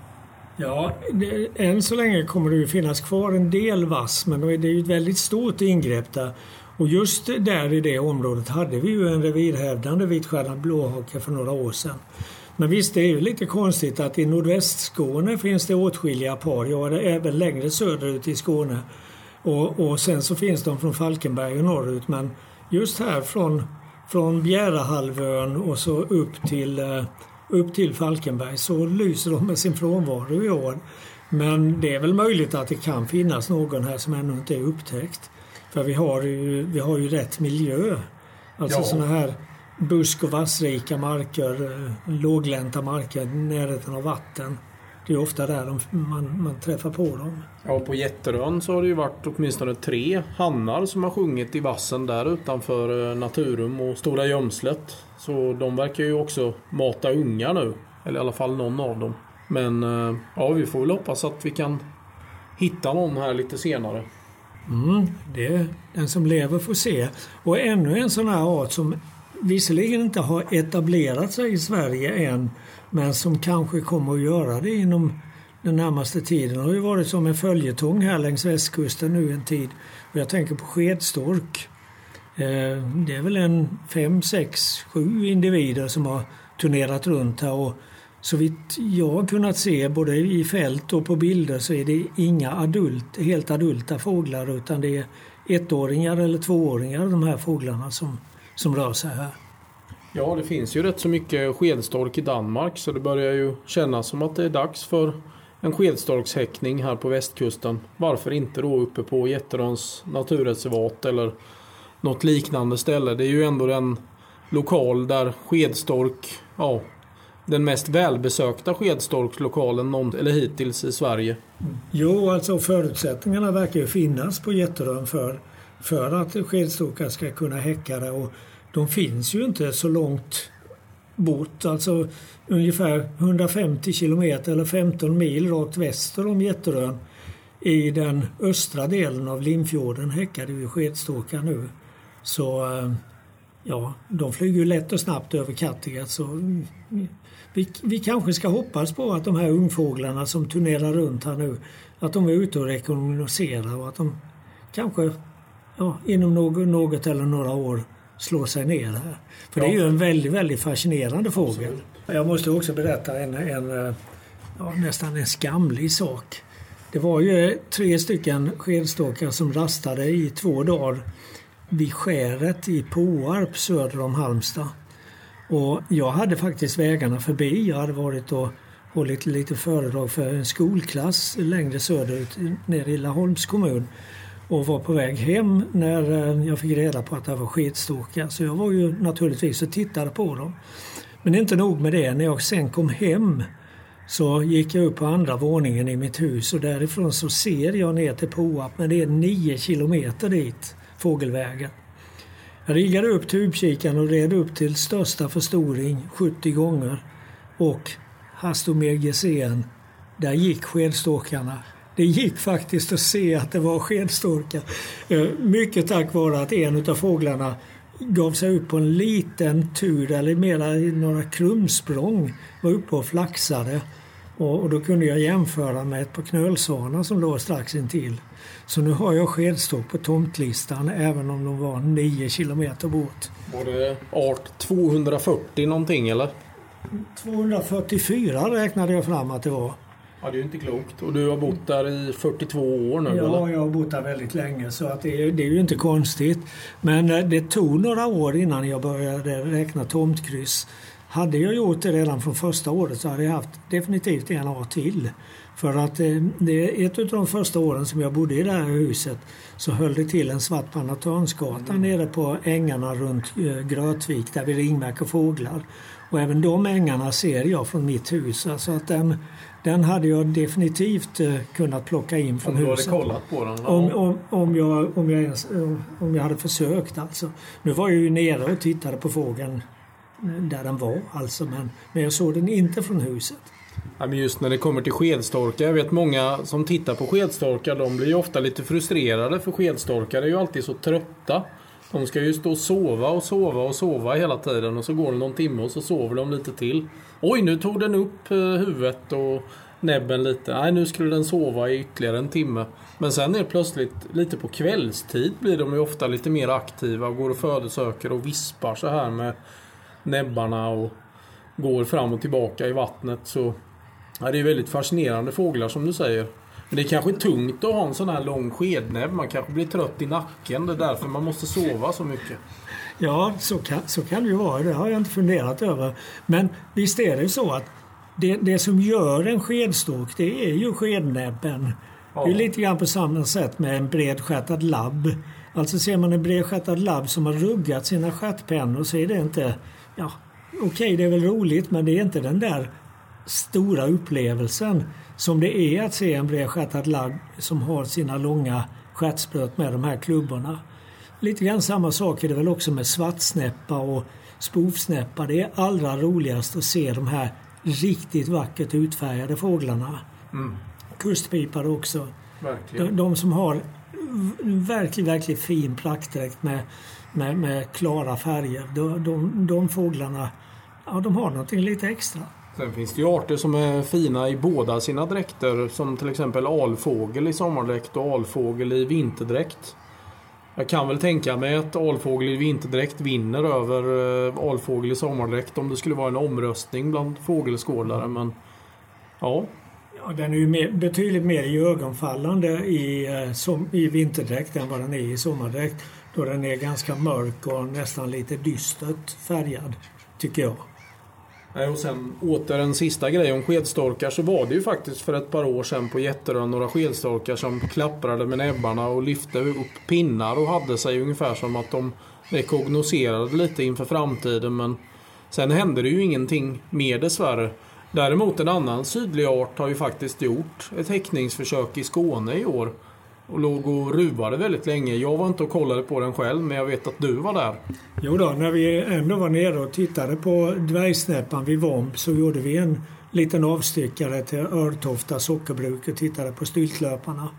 Ja, det, än så länge kommer det ju finnas kvar en del vass, men då är det ju ett väldigt stort ingrepp där. Och just där i det området hade vi ju en revirhävdande vitstjärnad blåhaka för några år sedan. Men visst, det är ju lite konstigt att i nordvästskåne finns det åtskilliga par. Ja, det är även längre söderut i Skåne. Och, och sen så finns de från Falkenberg och norrut. Men just här från, från Bjärehalvön och så upp till, uh, upp till Falkenberg så lyser de med sin frånvaro i år. Men det är väl möjligt att det kan finnas någon här som ännu inte är upptäckt. För vi har ju, vi har ju rätt miljö. Alltså ja. Såna här busk- och vassrika marker, låglänta marker, närheten av vatten. Det är ofta där de, man, man träffar på dem. Ja, på Jätterön så har det ju varit åtminstone tre hannar som har sjungit i vassen där utanför Naturum och Stora Gömslet. Så de verkar ju också mata unga nu. Eller i alla fall någon av dem. Men ja, vi får väl hoppas att vi kan hitta någon här lite senare. Mm, det är den som lever får se. Och ännu en sån här art som visserligen inte har etablerat sig i Sverige än, men som kanske kommer att göra det inom den närmaste tiden. Det har ju varit som en följetong här längs västkusten nu en tid. Och jag tänker på skedstork. Det är väl en fem, sex, sju individer som har turnerat runt här, och så vitt jag har kunnat se både i fält och på bilder så är det inga adult, helt adulta fåglar, utan det är ettåringar eller tvååringar, de här fåglarna som, som rör sig här. Ja, det finns ju rätt så mycket skedstork i Danmark, så det börjar ju kännas som att det är dags för en skedstorkshäckning här på västkusten. Varför inte då uppe på Jätteröns naturreservat eller något liknande ställe? Det är ju ändå den lokal där skedstork, ja, den mest välbesökta skedstorkslokalen någon, eller hittills i Sverige. Jo, alltså förutsättningarna verkar ju finnas på Jätterön för, för att skedstorkar ska kunna häcka där, och de finns ju inte så långt bort, alltså ungefär hundrafemtio kilometer eller femton mil rakt väster om Jätterön. I den östra delen av Limfjorden häckar det ju skedstorkar nu. Så ja, de flyger ju lätt och snabbt över Kattegatt, så vi, vi kanske ska hoppas på att de här ungfåglarna som turnerar runt här nu, att de är ute och rekognoserar och att de kanske ja, inom något, något eller några år slår sig ner här. För ja. Det är ju en väldigt, väldigt fascinerande fågel. Absolut. Jag måste också berätta en, en ja, nästan en skamlig sak. Det var ju tre stycken skedstorkar som rastade i två dagar vid skäret i Påarp söder om Halmstad. Och jag hade faktiskt vägarna förbi. Jag hade varit och hållit lite föredrag för en skolklass längre söderut nere i Laholms kommun. Och var på väg hem när jag fick reda på att det var skedstorkar. Så jag var ju naturligtvis och tittade på dem. Men inte nog med det. När jag sen kom hem så gick jag upp på andra våningen i mitt hus. Och därifrån så ser jag ner till Påarp. Men det är nio kilometer dit, fågelvägen. Jag riggade upp tubkikaren och red upp till största förstoring sjuttio gånger. Och Hastomergesén, där gick skedstorkarna. Det gick faktiskt att se att det var skedstorkar. Mycket tack vare att en av fåglarna gav sig upp på en liten tur eller mera några krumsprång, var uppe och flaxade. Och, och då kunde jag jämföra med ett par knölsvanar som låg strax intill. Så nu har jag skedstork på tomtlistan även om de var nio kilometer bort. Var det art tvåhundrafyrtio någonting eller? tvåhundrafyrtiofyra räknade jag fram att det var. Ja, det är ju inte klokt. Och du har bott där i fyrtiotvå år nu, ja, eller? Ja, jag har bott där väldigt länge så att det, är, det är ju inte konstigt. Men det tog några år innan jag började räkna tomtkryss. Hade jag gjort det redan från första året så hade jag haft definitivt en år till. För att det är ett av de första åren som jag bodde i det här huset så höll det till en svartpanna Törnsgatan mm. nere på ängarna runt Grötvik där vi ringmärker fåglar. Och även de ängarna ser jag från mitt hus. Så att den, den hade jag definitivt kunnat plocka in från huset. Om du hade kollat på den? Ja. Om, om, om, jag, om, jag ens, om jag hade försökt alltså. Nu var jag ju nere och tittade på fågeln där den var alltså. Men, men jag såg den inte från huset. Ja, men just när det kommer till skedstorkar, jag vet många som tittar på skedstorkar, de blir ju ofta lite frustrerade för skedstorkar är ju alltid så trötta. De ska ju stå och sova och sova och sova hela tiden och så går det någon timme och så sover de lite till. Oj, nu tog den upp huvudet och näbben lite. Nej, nu skulle den sova i ytterligare en timme. Men sen är det plötsligt lite på kvällstid blir de ju ofta lite mer aktiva och går och födosöker och vispar så här med näbbarna och går fram och tillbaka i vattnet. Så ja, det är väldigt fascinerande fåglar som du säger. Men det är kanske tungt att ha en sån här lång skednäbb. Man kanske blir trött i nacken. Det är därför man måste sova så mycket. Ja, så kan, så kan det ju vara. Det har jag inte funderat över. Men visst är det så att det, det som gör en skedstork, det är ju skednäbben. Ja. Det är lite grann på samma sätt med en bredstjärtad labb. Alltså ser man en bredstjärtad labb som har ruggat sina stjärtpennor så är det inte... Ja, okej, okay, det är väl roligt men det är inte den där stora upplevelsen som det är att se en bredstjärtad labb som har sina långa stjärtspröt med de här klubborna. Lite grann samma sak är det väl också med svartsnäppa och spovsnäppa. Det är allra roligast att se de här riktigt vackert utfärgade fåglarna. Mm. Kustpipare också. De, de som har verkligen, verkligen fin praktdräkt med, med, med klara färger. De, de, de fåglarna, ja, de har någonting lite extra. Sen finns det ju arter som är fina i båda sina dräkter. Som till exempel alfågel i sommardräkt och alfågel i vinterdräkt. Jag kan väl tänka mig att alfågel i vinterdräkt vinner över alfågel i sommardräkt om det skulle vara en omröstning bland fågelskådare. Men ja... Ja, den är ju mer, betydligt mer i ögonfallande i, som, i vinterdräkt än vad den är i sommardräkt. Då den är ganska mörk och nästan lite dystert färgad, tycker jag. Och sen åter en sista grej om skedstorkar, så var det ju faktiskt för ett par år sedan på Jätterön några skedstorkar som klapprade med näbbarna och lyfte upp pinnar och hade sig ungefär som att de rekognoserade lite inför framtiden. Men sen hände det ju ingenting mer dessvärre. Däremot en annan sydlig art har ju faktiskt gjort ett häckningsförsök i Skåne i år och låg och ruvade väldigt länge. Jag var inte och kollade på den själv, men jag vet att du var där. Jo då, när vi ändå var nere och tittade på dvärgsnäppan vid Vomp så gjorde vi en liten avstyckare till Örtofta sockerbruk och tittade på styltlöparna.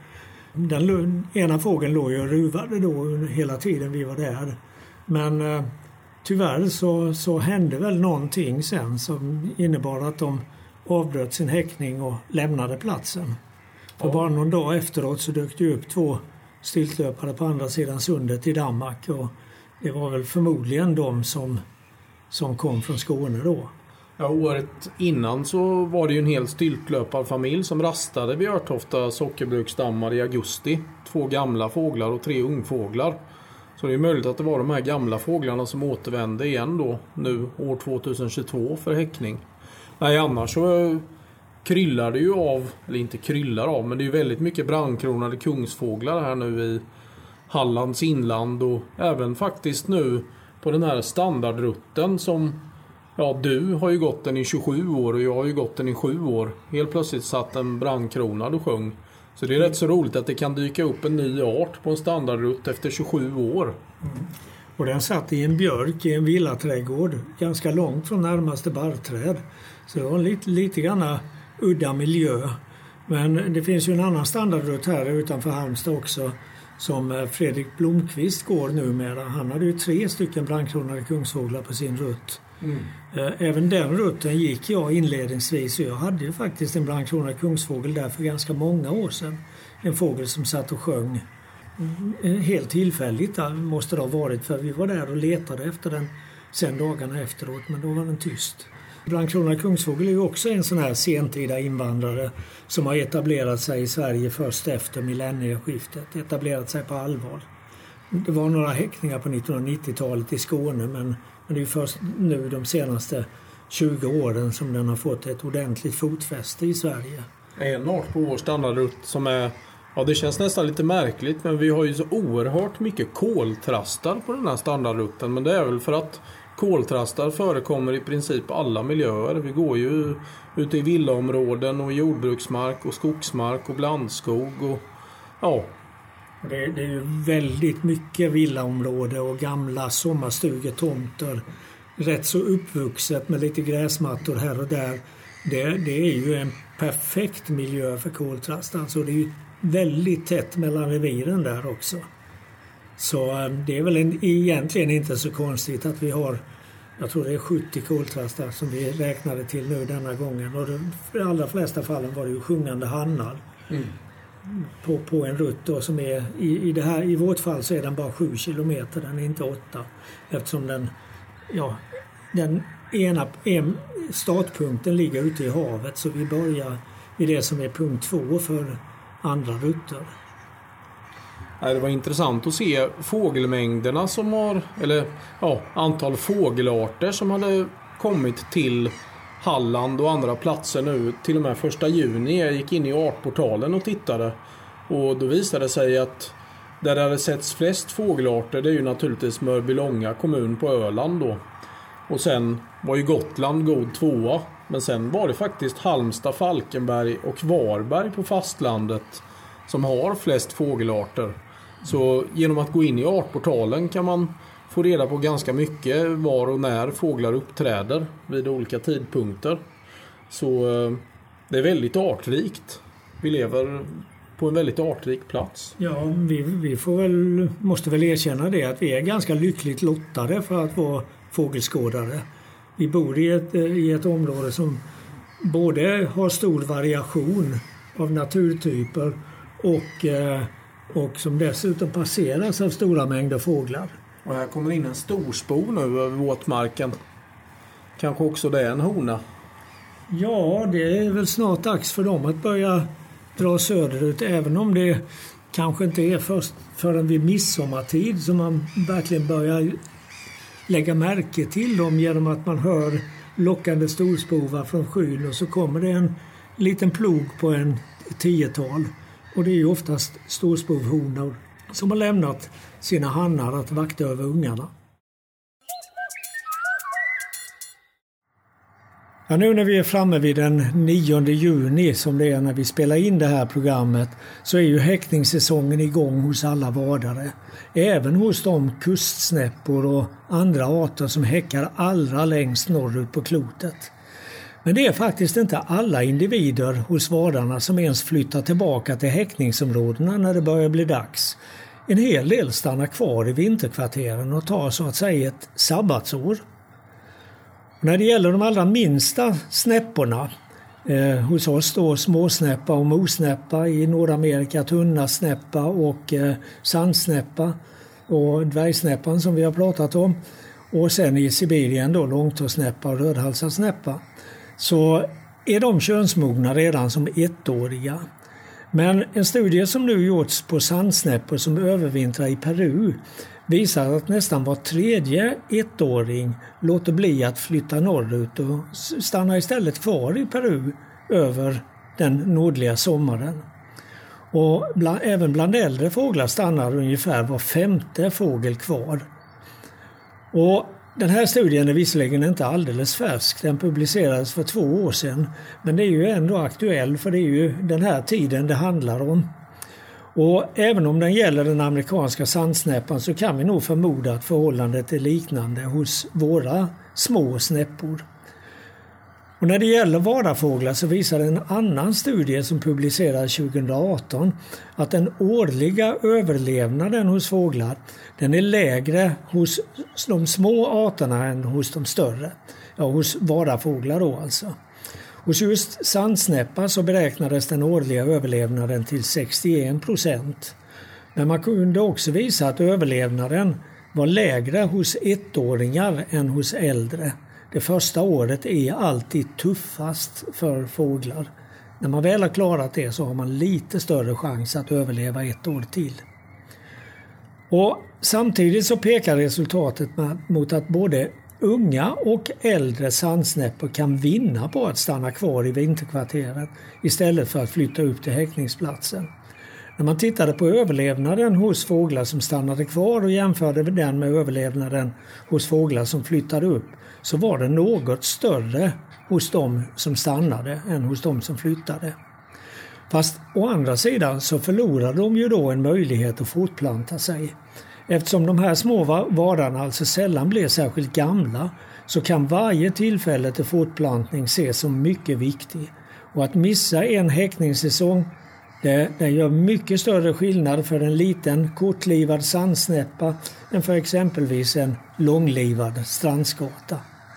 Den ena fågeln låg ju och ruvade då hela tiden vi var där. Men tyvärr så, så hände väl någonting sen som innebar att de avbröt sin häckning och lämnade platsen. För ja. bara någon dag efteråt så dök det upp två styltlöpare på andra sidan sundet i Danmark, och det var väl förmodligen de som, som kom från Skåne då. Ja, året innan så var det ju en hel styltlöparfamilj som rastade vid Örtofta sockerbruksdammar i augusti. Två gamla fåglar och tre ungfåglar. Så det är möjligt att det var de här gamla fåglarna som återvände igen då nu år tjugohundratjugotvå för häckning. Nej, annars så kryllar det ju av, eller inte kryllar av, men det är ju väldigt mycket brandkronade kungsfåglar här nu i Hallands inland, och även faktiskt nu på den här standardrutten som, ja, du har ju gått den i tjugosju år och jag har ju gått den i sju år. Helt plötsligt satt en brandkronad och sjöng. Så det är rätt så roligt att det kan dyka upp en ny art på en standardrutt efter tjugosju år. Mm. Och den satt i en björk i en villaträdgård ganska långt från närmaste barrträd. Så det var lite, lite grann udda miljö. Men det finns ju en annan standardrutt här utanför Halmstad också som Fredrik Blomqvist går numera. Han hade ju tre stycken brandkronade kungsfåglar på sin rutt. Mm. Även den rutten gick jag inledningsvis, och jag hade ju faktiskt en brandkronad kungsfågel där för ganska många år sedan. En fågel som satt och sjöng. Helt tillfälligt måste det ha varit, för vi var där och letade efter den sen dagarna efteråt, men då var den tyst. Brandkronad kungsfågel är ju också en sån här sentida invandrare som har etablerat sig i Sverige först efter millennieskiftet, etablerat sig på allvar. Det var några häckningar på nittonhundranittiotalet i Skåne, men det är ju först nu de senaste tjugo åren som den har fått ett ordentligt fotfäste i Sverige. En art på vår standardrutt som är, ja, det känns nästan lite märkligt, men vi har ju så oerhört mycket koltrastar på den här standardrutten, men det är väl för att koltrastar förekommer i princip alla miljöer. Vi går ju ute i villaområden och jordbruksmark och skogsmark och blandskog och ja. Det, det är ju väldigt mycket villaområde och gamla sommarstugetomter. Rätt så uppvuxet med lite gräsmattor här och där. Det, det är ju en perfekt miljö för koltrast. Alltså det är ju väldigt tätt mellan reviren där också. Så det är väl en, egentligen inte så konstigt att vi har, jag tror det är sjuttio koltrastar som vi räknade till nu denna gången. Och de allra flesta fallen var det ju sjungande hannar. Mm. På, på en rutt då, som är i, i, det här, i vårt fall så är den bara sju kilometer, den är inte åtta, eftersom den, ja, den ena en, startpunkten ligger ute i havet, så vi börjar vid det som är punkt två för andra rutter. Det var intressant att se fågelmängderna som har, eller ja, antal fågelarter som hade kommit till Halland och andra platser nu till och med första juni. Jag gick in i artportalen och tittade, och då visade det sig att där det hade setts flest fågelarter, det är ju naturligtvis Mörbylånga kommun på Öland då. Och sen var ju Gotland god tvåa, men sen var det faktiskt Halmstad, Falkenberg och Varberg på fastlandet som har flest fågelarter. Så genom att gå in i artportalen kan man få reda på ganska mycket var och när fåglar uppträder vid olika tidpunkter. Så det är väldigt artrikt. Vi lever på en väldigt artrik plats. Ja, vi, vi får väl, måste väl erkänna det, att vi är ganska lyckligt lottade för att vara fågelskådare. Vi bor i ett, i ett område som både har stor variation av naturtyper och, och som dessutom passeras av stora mängder fåglar. Och här kommer in en storspor nu över våtmarken. Kanske också det är en hona. Ja, det är väl snart dags för dem att börja dra söderut, även om det kanske inte är först förrän vid midsommartid som man verkligen börjar lägga märke till dem, genom att man hör lockande storspovar från skyn, och så kommer det en liten plog på en tiotal, och det är ju oftast storspovhonor som har lämnat sina hannar att vakta över ungarna. Ja, nu när vi är framme vid den nionde juni, som det är när vi spelar in det här programmet, så är ju häckningssäsongen igång hos alla vadare. Även hos de kustsnäppor och andra arter som häckar allra längst norrut på klotet. Men det är faktiskt inte alla individer hos vadarna som ens flyttar tillbaka till häckningsområdena när det börjar bli dags. en hel del stannar kvar i vinterkvarteren och tar så att säga ett sabbatsår. Och när det gäller de allra minsta snäpporna, eh, hos oss då småsnäppa och mosnäppa, i Nordamerika tunna snäppa och eh, sandsnäppa och dvärgsnäppan som vi har pratat om, och sen i Sibirien då långtåsnäppa och rödhalsarsnäppa, så är de könsmogna redan som ettåriga. Men en studie som nu gjorts på sandsnäppor som övervintrar i Peru visar att nästan var tredje ettåring låter bli att flytta norrut och stannar istället kvar i Peru över den nordliga sommaren. Och bland, även bland äldre fåglar stannar ungefär var femte fågel kvar. Och den här studien är visserligen inte alldeles färsk, den publicerades för två år sedan, men det är ju ändå aktuell för det är ju den här tiden det handlar om. Och även om den gäller den amerikanska sandsnäppan så kan vi nog förmoda att förhållandet är liknande hos våra små snäppor. Och när det gäller vadarfåglar så visar en annan studie som publicerades tjugohundraarton att den årliga överlevnaden hos fåglar den är lägre hos de små arterna än hos de större. Ja, hos vadarfåglar då alltså. Hos just sandsnäppa så beräknades den årliga överlevnaden till sextioen procent. Men man kunde också visa att överlevnaden var lägre hos ettåringar än hos äldre. Det första året är alltid tuffast för fåglar. När man väl har klarat det så har man lite större chans att överleva ett år till. Och samtidigt så pekar resultatet mot att både unga och äldre sandsnäppor kan vinna på att stanna kvar i vinterkvarteret istället för att flytta upp till häckningsplatsen. När man tittade på överlevnaden hos fåglar som stannade kvar och jämförde den med överlevnaden hos fåglar som flyttade upp så var det något större hos de som stannade än hos de som flyttade. Fast å andra sidan så förlorade de ju då en möjlighet att fortplanta sig. Eftersom de här små vadarna alltså sällan blir särskilt gamla så kan varje tillfälle till fortplantning ses som mycket viktig. Och att missa en häckningssäsong det, det gör mycket större skillnad för en liten kortlivad sandsnäppa än för exempelvis en långlivad strandskata.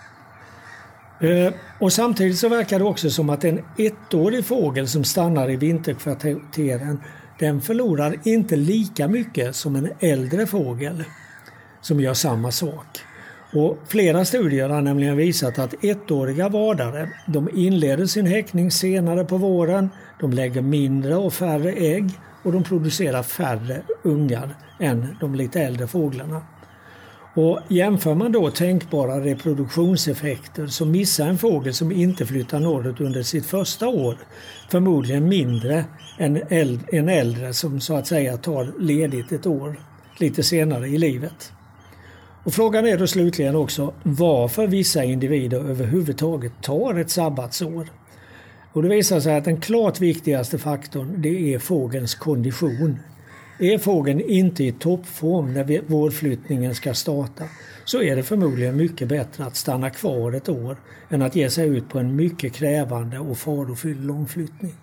Och samtidigt så verkar det också som att en ettårig fågel som stannar i vinterkvarteren den förlorar inte lika mycket som en äldre fågel som gör samma sak. Och flera studier har nämligen visat att ettåriga vadare de inleder sin häckning senare på våren, de lägger mindre och färre ägg och de producerar färre ungar än de lite äldre fåglarna. Och jämför man då tänkbara reproduktionseffekter så missar en fågel som inte flyttar norrut under sitt första år förmodligen mindre än en äldre som så att säga tar ledigt ett år lite senare i livet. Och frågan är då slutligen också varför vissa individer överhuvudtaget tar ett sabbatsår. Och det visar sig att den klart viktigaste faktorn det är fågelns kondition. Är fågeln inte i toppform när vårflyttningen ska starta så är det förmodligen mycket bättre att stanna kvar ett år än att ge sig ut på en mycket krävande och farofylld långflyttning.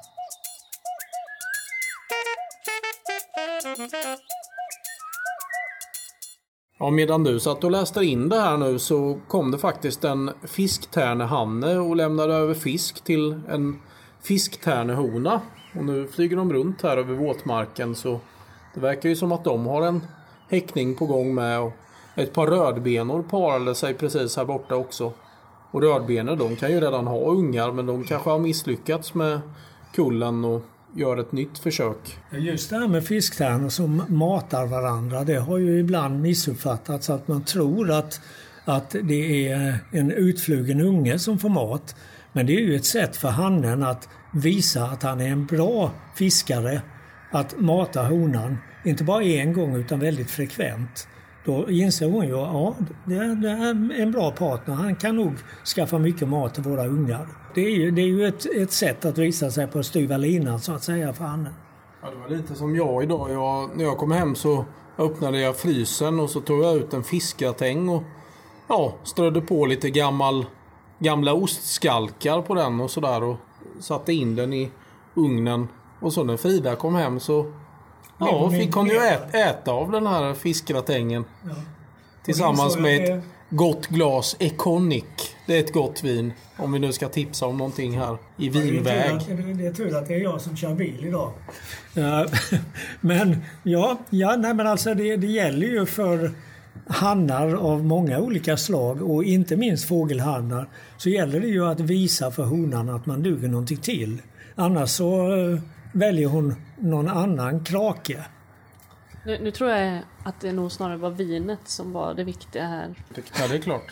Ja, medan du satt och läste in det här nu så kom det faktiskt en fisktärnehanne och lämnade över fisk till en fisktärnehona. Och nu flyger de runt här över våtmarken så det verkar ju som att de har en häckning på gång med. Och ett par rödbenor parade sig precis här borta också. Och rödbenor de kan ju redan ha ungar men de kanske har misslyckats med kullen och gör ett nytt försök. Just det här med fisktärnor som matar varandra det har ju ibland missuppfattats att man tror att, att det är en utflugen unge som får mat. Men det är ju ett sätt för hannen att visa att han är en bra fiskare att mata honan. Inte bara en gång utan väldigt frekvent. Då inser hon ju att ja, det är en bra partner. Han kan nog skaffa mycket mat till våra ungar. Det är ju, det är ju ett, ett sätt att visa sig på styva linan så att säga för hannen. Ja, det var lite som jag idag. Jag, när jag kom hem så öppnade jag frysen och så tog jag ut en fiskatäng och ja, strödde på lite gammal, gamla ostskalkar på den och sådär och satte in den i ugnen. Och så när Frida kom hem så Ja, fick hon ju äta, äta av den här fiskgratängen. Ja. Tillsammans med ett gott glas Econic. Det är ett gott vin. Om vi nu ska tipsa om någonting här i vinväg. Ja, det, är tur att, det är tur att det är jag som kör bil idag. Ja, men ja, ja nej, men alltså det, det gäller ju för hannar av många olika slag och inte minst fågelhannar, så gäller det ju att visa för honan att man duger någonting till. Annars så uh, väljer hon någon annan krake. Nu, nu tror jag att det nog snarare var vinet som var det viktiga här. Ja, det är klart.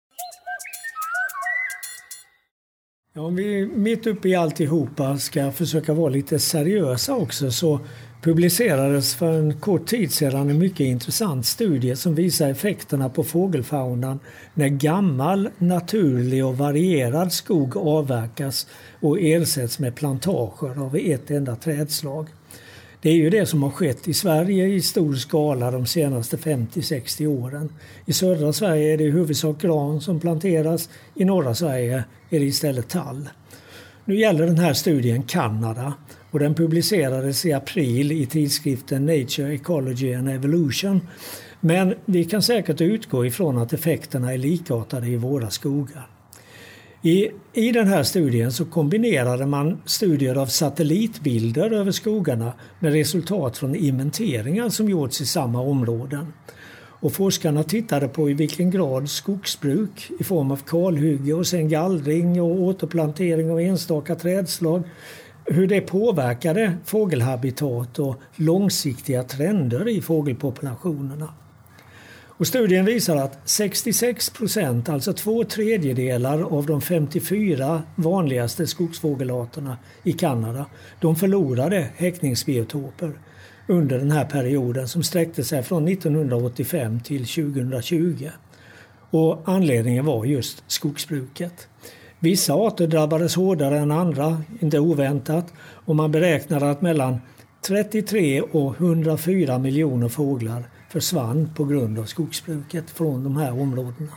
Ja, om vi mitt uppe i alltihopa ska försöka vara lite seriösa också, så publicerades för en kort tid sedan en mycket intressant studie som visar effekterna på fågelfaunan när gammal, naturlig och varierad skog avverkas och ersätts med plantager av ett enda trädslag. Det är ju det som har skett i Sverige i stor skala de senaste femtio till sextio åren. I södra Sverige är det i huvudsak gran som planteras, i norra Sverige är det istället tall. Nu gäller den här studien Kanada och den publicerades i april i tidskriften Nature, Ecology and Evolution. Men vi kan säkert utgå ifrån att effekterna är likartade i våra skogar. I, I den här studien så kombinerade man studier av satellitbilder över skogarna med resultat från inventeringar som gjorts i samma områden. Och forskarna tittade på i vilken grad skogsbruk i form av kalhygge och sen gallring och återplantering av enstaka trädslag, hur det påverkade fågelhabitat och långsiktiga trender i fågelpopulationerna. Och studien visar att sextiosex procent, alltså två tredjedelar av de femtiofyra vanligaste skogsfågelarterna i Kanada, de förlorade häckningsbiotoper under den här perioden som sträckte sig från nittonhundraåttiofem till tjugohundratjugo. Och anledningen var just skogsbruket. Vissa arter drabbades hårdare än andra, inte oväntat, och man beräknade att mellan trettiotre och hundrafyra miljoner fåglar försvann på grund av skogsbruket från de här områdena.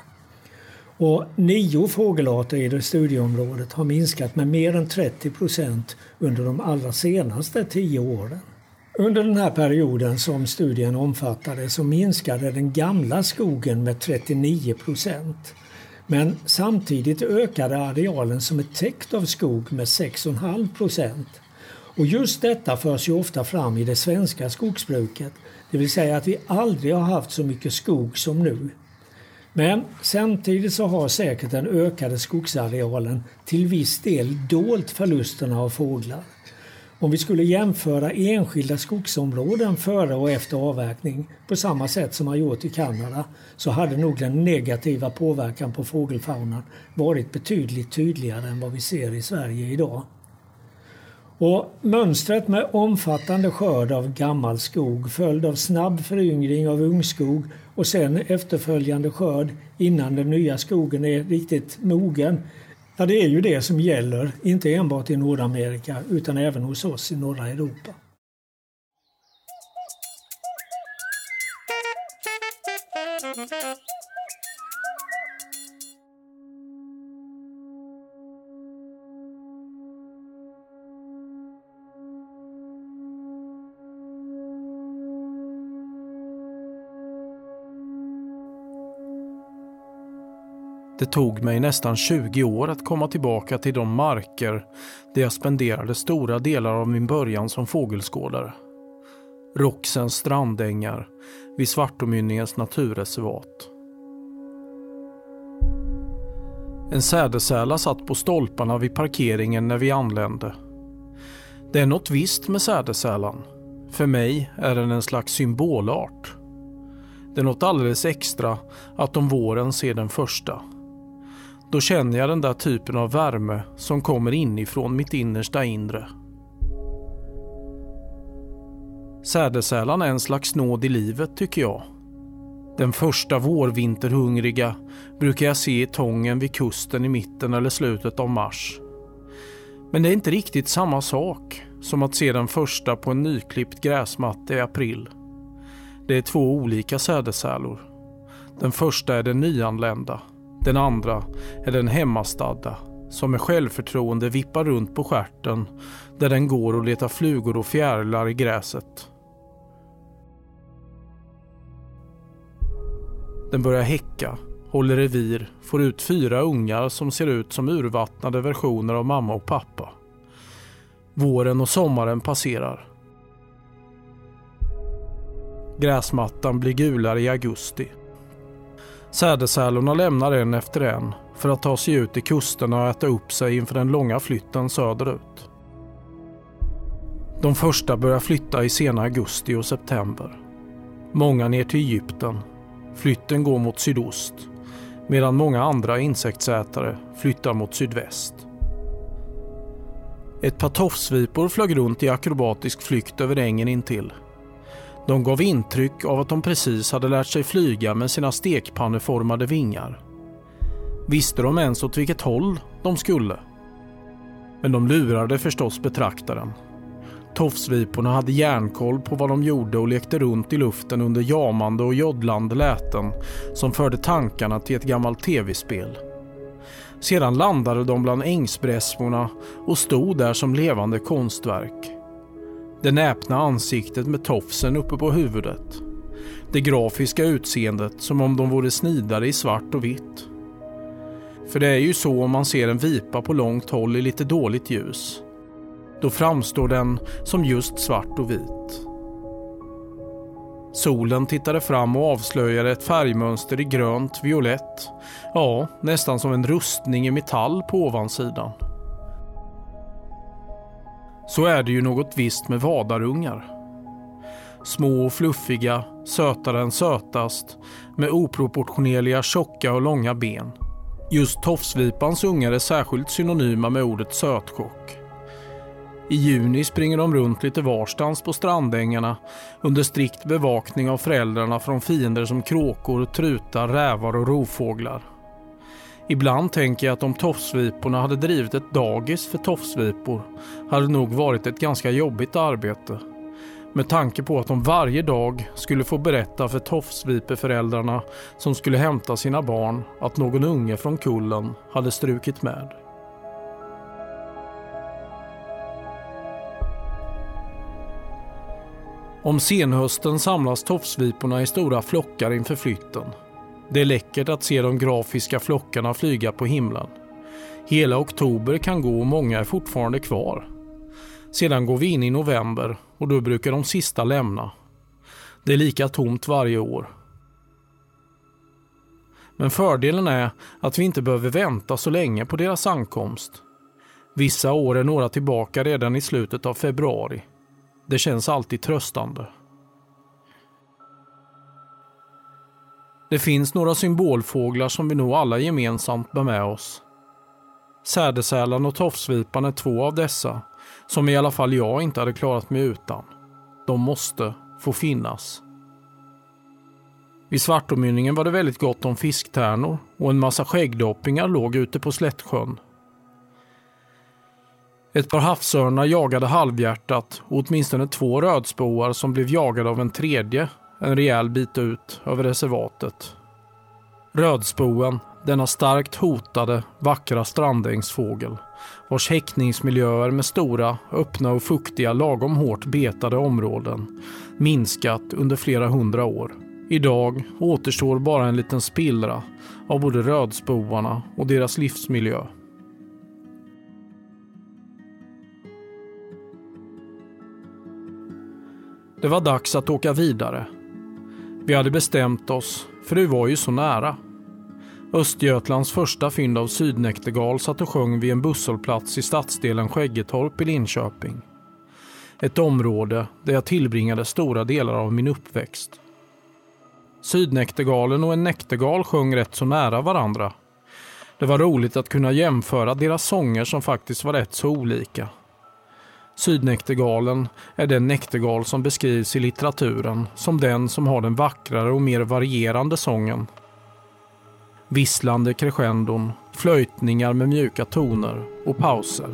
Och nio fågelarter i det studieområdet har minskat med mer än trettio procent under de allra senaste tio åren. Under den här perioden som studien omfattade så minskade den gamla skogen med trettionio procent. Men samtidigt ökade arealen som är täckt av skog med sex komma fem procent. Och just detta förs ju ofta fram i det svenska skogsbruket. Det vill säga att vi aldrig har haft så mycket skog som nu. Men samtidigt så har säkert den ökade skogsarealen till viss del dolt förlusterna av fåglar. Om vi skulle jämföra enskilda skogsområden före och efter avverkning på samma sätt som man gjort i Kanada, så hade nog den negativa påverkan på fågelfaunan varit betydligt tydligare än vad vi ser i Sverige idag. Och mönstret med omfattande skörd av gammal skog följd av snabb föryngring av ungskog och sen efterföljande skörd innan den nya skogen är riktigt mogen, ja, det är ju det som gäller, inte enbart i Nordamerika utan även hos oss i norra Europa. Det tog mig nästan tjugo år att komma tillbaka till de marker där jag spenderade stora delar av min början som fågelskådare. Roxens strandängar vid Svartomynningens naturreservat. En sädesärla satt på stolparna vid parkeringen när vi anlände. Det är något visst med sädesärlan. För mig är den en slags symbolart. Det är något alldeles extra att om våren ser den första. Då känner jag den där typen av värme som kommer inifrån mitt innersta inre. Sädesärlan är en slags nåd i livet, tycker jag. Den första vårvinterhungriga brukar jag se i tången vid kusten i mitten eller slutet av mars. Men det är inte riktigt samma sak som att se den första på en nyklippt gräsmatta i april. Det är två olika sädesärlor. Den första är den nyanlända. Den andra är den hemmastadda som med självförtroende vippar runt på stjärten där den går och letar flugor och fjärilar i gräset. Den börjar häcka, håller revir, får ut fyra ungar som ser ut som urvattnade versioner av mamma och pappa. Våren och sommaren passerar. Gräsmattan blir gulare i augusti. Sädesärlorna lämnar en efter en för att ta sig ut i kusterna och äta upp sig inför den långa flytten söderut. De första börjar flytta i sena augusti och september. Många ner till Egypten. Flytten går mot sydost, medan många andra insektsätare flyttar mot sydväst. Ett par tofsvipor flög runt i akrobatisk flykt över ängen intill. De gav intryck av att de precis hade lärt sig flyga med sina stekpanneformade vingar. Visste de ens åt vilket håll de skulle? Men de lurade förstås betraktaren. Tofsviporna hade järnkoll på vad de gjorde och lekte runt i luften under jamande och joddlande läten som förde tankarna till ett gammalt tv-spel. Sedan landade de bland ängsbräsmorna och stod där som levande konstverk. Det näpna ansiktet med tofsen uppe på huvudet. Det grafiska utseendet som om de vore snidare i svart och vitt. För det är ju så om man ser en vipa på långt håll i lite dåligt ljus. Då framstår den som just svart och vit. Solen tittade fram och avslöjade ett färgmönster i grönt, violett. Ja, nästan som en rustning i metall på ovansidan. Så är det ju något visst med vadarungar. Små och fluffiga, sötare än sötast, med oproportionerliga tjocka och långa ben. Just tofsvipans ungar är särskilt synonyma med ordet sötchock. I juni springer de runt lite varstans på strandängarna under strikt bevakning av föräldrarna från fiender som kråkor, trutar, rävar och rovfåglar. Ibland tänker jag att om tofsviporna hade drivit ett dagis för tofsvipor hade det nog varit ett ganska jobbigt arbete. Med tanke på att de varje dag skulle få berätta för tofsvipeföräldrarna som skulle hämta sina barn att någon unge från kullen hade strukit med. Om senhösten samlas tofsviporna i stora flockar inför flytten. Det är läckert att se de grafiska flockarna flyga på himlen. Hela oktober kan gå och många är fortfarande kvar. Sedan går vi in i november och då brukar de sista lämna. Det är lika tomt varje år. Men fördelen är att vi inte behöver vänta så länge på deras ankomst. Vissa år är några tillbaka redan i slutet av februari. Det känns alltid tröstande. Det finns några symbolfåglar som vi nog alla gemensamt bär med oss. Sädesälen och tofsvipan är två av dessa, som i alla fall jag inte hade klarat mig utan. De måste få finnas. Vid Svartomynningen var det väldigt gott om fisktärnor och en massa skäggdoppingar låg ute på Slättsjön. Ett par havsörnar jagade halvhjärtat och åtminstone två rödspoar som blev jagade av en tredje en rejäl bit ut över reservatet. Rödspoen, denna starkt hotade, vackra strandängsfågel, vars häckningsmiljöer med stora, öppna och fuktiga, lagom hårt betade områden minskat under flera hundra år. Idag återstår bara en liten spillra av både rödspoarna och deras livsmiljö. Det var dags att åka vidare. Vi hade bestämt oss, för det var ju så nära. Östergötlands första fynd av sydnäktergal satt och sjöng vid en busshållplats i stadsdelen Skäggetorp i Linköping. Ett område där jag tillbringade stora delar av min uppväxt. Sydnäktergalen och en näktergal sjöng rätt så nära varandra. Det var roligt att kunna jämföra deras sånger som faktiskt var rätt så olika. Sydnäktergalen är den näktergal som beskrivs i litteraturen som den som har den vackrare och mer varierande sången. Visslande crescendon, flöjtningar med mjuka toner och pauser.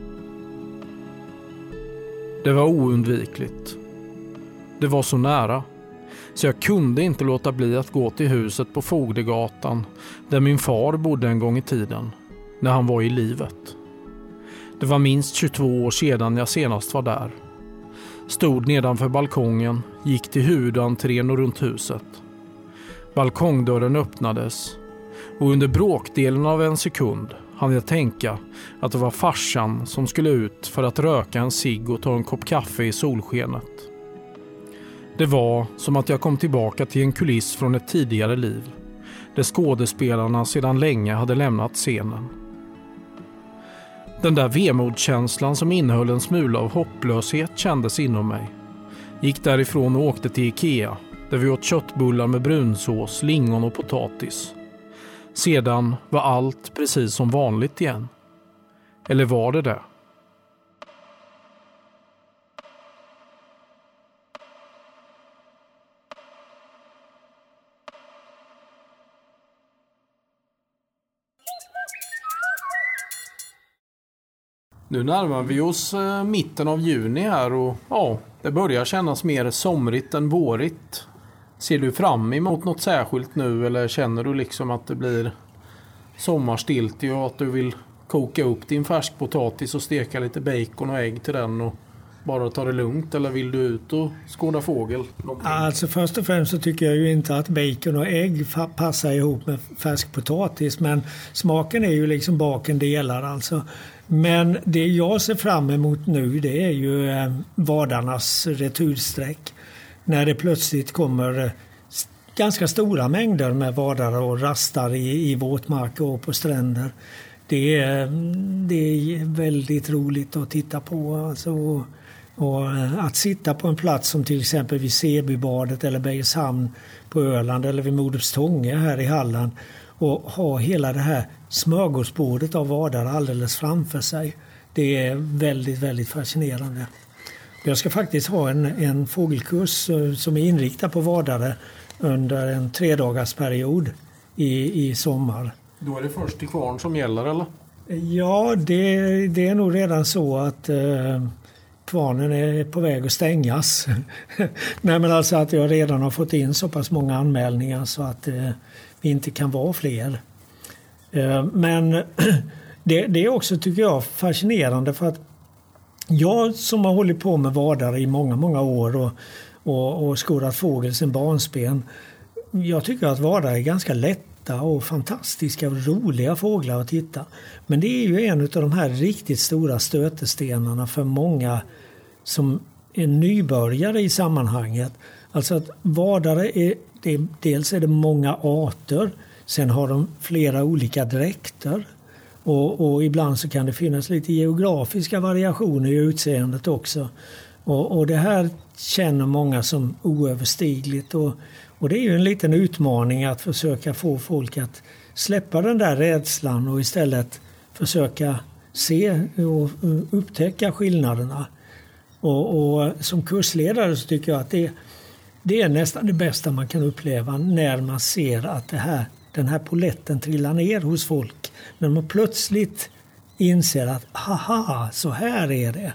Det var oundvikligt. Det var så nära, så jag kunde inte låta bli att gå till huset på Fogdegatan där min far bodde en gång i tiden, när han var i livet. Det var minst tjugotvå år sedan jag senast var där. Stod nedanför balkongen, gick till huvudentrén och runt huset. Balkongdörren öppnades och under bråkdelen av en sekund hann jag tänka att det var farsan som skulle ut för att röka en cigg och ta en kopp kaffe i solskenet. Det var som att jag kom tillbaka till en kuliss från ett tidigare liv, där skådespelarna sedan länge hade lämnat scenen. Den där vemodskänslan som innehöll en smula av hopplöshet kändes inom mig. Gick därifrån och åkte till Ikea, där vi åt köttbullar med brunsås, lingon och potatis. Sedan var allt precis som vanligt igen. Eller var det det? Nu närmar vi oss eh, mitten av juni här och ja, det börjar kännas mer somrigt än vårigt. Ser du fram emot något särskilt nu eller känner du liksom att det blir sommarstiltje och att du vill koka upp din färskpotatis och steka lite bacon och ägg till den och bara ta det lugnt, eller vill du ut och skåda fågel? Någonting? Alltså först och främst så tycker jag ju inte att bacon och ägg passar ihop med färskpotatis, men smaken är ju liksom baken delar alltså. Men det jag ser fram emot nu, det är ju eh, vadarnas retursträck. När det plötsligt kommer eh, ganska stora mängder med vadare och rastar i, i våtmarker och på stränder. Det är, det är väldigt roligt att titta på. Alltså, och, och att sitta på en plats som till exempel vid Sebybadet eller Bergshamn på Öland eller vid Modupstånge här i Halland och ha hela det här smörgåsbordet av vadare alldeles framför sig. Det är väldigt, väldigt fascinerande. Jag ska faktiskt ha en, en fågelkurs som är inriktad på vadare under en tre dagars period i, i sommar. Då är det först till kvarn som gäller, eller? Ja, det, det är nog redan så att eh, kvarnen är på väg att stängas. Nej, men alltså att jag redan har fått in så pass många anmälningar så att eh, vi inte kan vara fler. Eh, men det, det är också, tycker jag, fascinerande för att jag som har hållit på med vadare i många, många år och, och, och skådat fågel sedan barnsben, jag tycker att vadare är ganska lätta och fantastiska och roliga fåglar att titta. Men det är ju en av de här riktigt stora stötestenarna för många som är nybörjare i sammanhanget. Alltså att vadare är, det, dels är det många arter, sen har de flera olika dräkter. Och, och ibland så kan det finnas lite geografiska variationer i utseendet också. Och, och det här känner många som oöverstigligt. Och, och det är ju en liten utmaning att försöka få folk att släppa den där rädslan och istället försöka se och upptäcka skillnaderna. Och, och som kursledare så tycker jag att det, det är nästan det bästa man kan uppleva när man ser att det här, den här poletten trillar ner hos folk. När man plötsligt inser att haha, så här är det.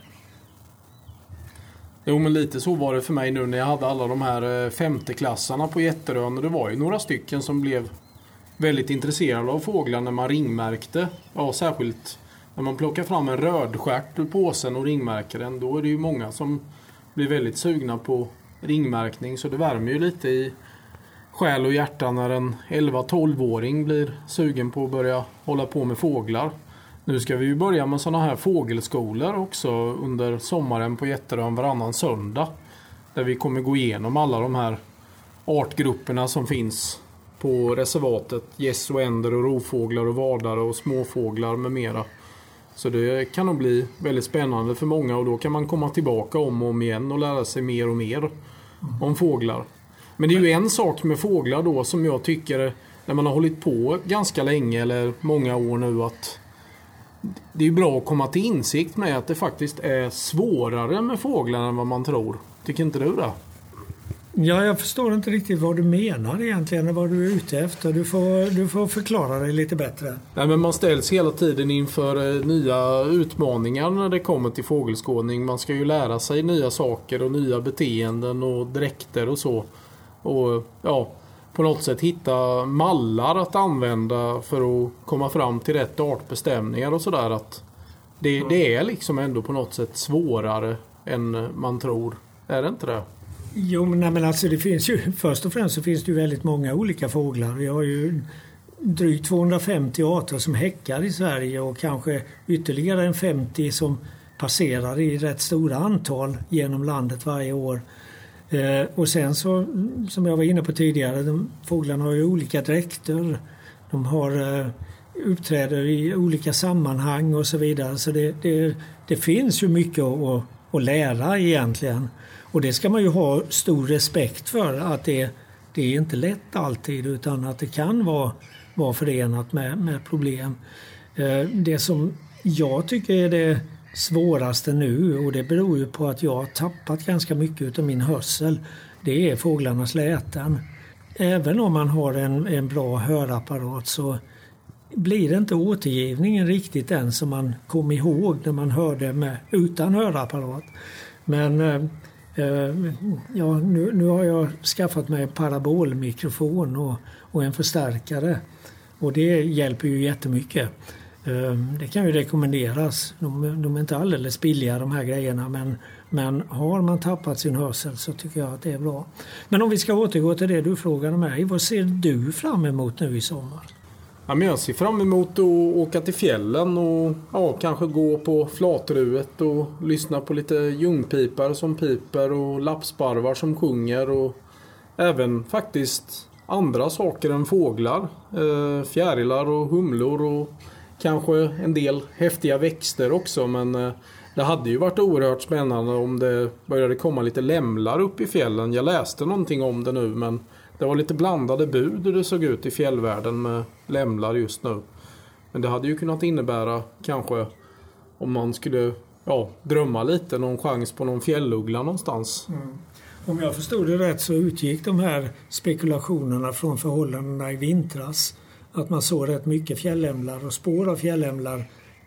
Jo, men lite så var det för mig nu när jag hade alla de här femteklassarna på Jätterön. Och det var ju några stycken som blev väldigt intresserade av fåglar när man ringmärkte. Ja, särskilt när man plockar fram en rödstjärt ur påsen och ringmärker den. Då är det ju många som blir väldigt sugna på ringmärkning. Så det värmer ju lite i själ och hjärta när en elva-tolv-åring blir sugen på att börja hålla på med fåglar. Nu ska vi ju börja med sådana här fågelskolor också under sommaren på Jätterön varannan söndag. Där vi kommer gå igenom alla de här artgrupperna som finns på reservatet. Gäss och änder och rovfåglar och vadare och småfåglar med mera. Så det kan nog bli väldigt spännande för många och då kan man komma tillbaka om och om igen och lära sig mer och mer om fåglar. Men det är ju en sak med fåglar då som jag tycker när man har hållit på ganska länge eller många år nu att det är bra att komma till insikt med att det faktiskt är svårare med fåglar än vad man tror. Tycker inte du det? Ja, jag förstår inte riktigt vad du menar egentligen, vad du är ute efter. Du får, du får förklara dig lite bättre. Nej, men man ställs hela tiden inför nya utmaningar när det kommer till fågelskådning. Man ska ju lära sig nya saker och nya beteenden och dräkter och så. Och ja, på något sätt hitta mallar att använda för att komma fram till rätt artbestämningar och sådär. Att det, det är liksom ändå på något sätt svårare än man tror. Är det inte det? Jo, men, nej, men alltså det finns ju, först och främst så finns det ju väldigt många olika fåglar. Vi har ju drygt tvåhundrafemtio arter som häckar i Sverige och kanske ytterligare en femtio som passerar i rätt stora antal genom landet varje år. Eh, och sen så, som jag var inne på tidigare, de, fåglarna har ju olika dräkter. De har eh, uppträder i olika sammanhang och så vidare. Så det, det, det finns ju mycket att, att lära egentligen. Och det ska man ju ha stor respekt för, att det, det är inte lätt alltid, utan att det kan vara, vara förenat med, med problem. Eh, det som jag tycker är det svåraste nu, och det beror ju på att jag har tappat ganska mycket av min hörsel, det är fåglarnas läten. Även om man har en, en bra hörapparat så blir det inte återgivningen riktigt den som man kom ihåg när man hörde med, utan hörapparat. Men eh, ja, nu, nu har jag skaffat mig en parabolmikrofon och, och en förstärkare, och det hjälper ju jättemycket. Det kan ju rekommenderas. De, de är inte alldeles billiga de här grejerna, men, men har man tappat sin hörsel så tycker jag att det är bra. Men om vi ska återgå till det du frågade mig, vad ser du fram emot nu i sommar? Ja, men jag ser fram emot att åka till fjällen och ja, kanske gå på Flatruet och lyssna på lite ljungpipar som piper och lappsparvar som sjunger, och även faktiskt andra saker än fåglar, eh, fjärilar och humlor och kanske en del häftiga växter också. Men eh, det hade ju varit oerhört spännande om det började komma lite lämlar upp i fjällen. Jag läste någonting om det nu, men det var lite blandade bud hur det såg ut i fjällvärlden med lämlar just nu. Men det hade ju kunnat innebära kanske, om man skulle ja, drömma lite, någon chans på någon fjälluggla någonstans. Mm. Om jag förstod det rätt så utgick de här spekulationerna från förhållandena i vintras. Att man såg rätt mycket fjällämlar och spår av fjällämlar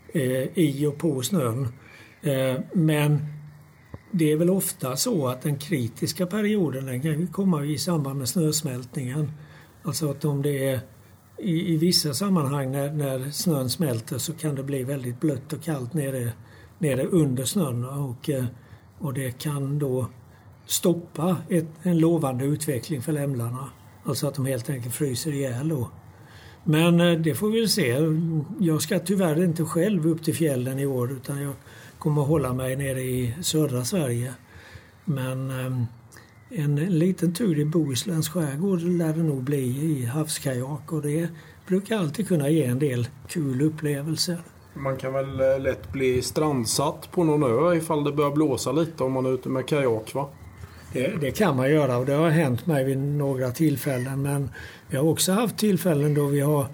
eh, i och på snön. Eh, men det är väl ofta så att den kritiska perioden den kan komma i samband med snösmältningen. Alltså att om det är i, i vissa sammanhang när, när snön smälter så kan det bli väldigt blött och kallt nere, nere under snön. Och, och det kan då stoppa ett, en lovande utveckling för lämlarna. Alltså att de helt enkelt fryser ihjäl då. Men det får vi se. Jag ska tyvärr inte själv upp till fjällen i år, utan jag kommer att hålla mig nere i södra Sverige. Men en liten tur i Bohusläns skärgård lär det nog bli i havskajak, och det brukar alltid kunna ge en del kul upplevelser. Man kan väl lätt bli strandsatt på någon ö ifall det börjar blåsa lite om man är ute med kajak, va? Det, det kan man göra, och det har hänt mig vid några tillfällen, men vi har också haft tillfällen då vi har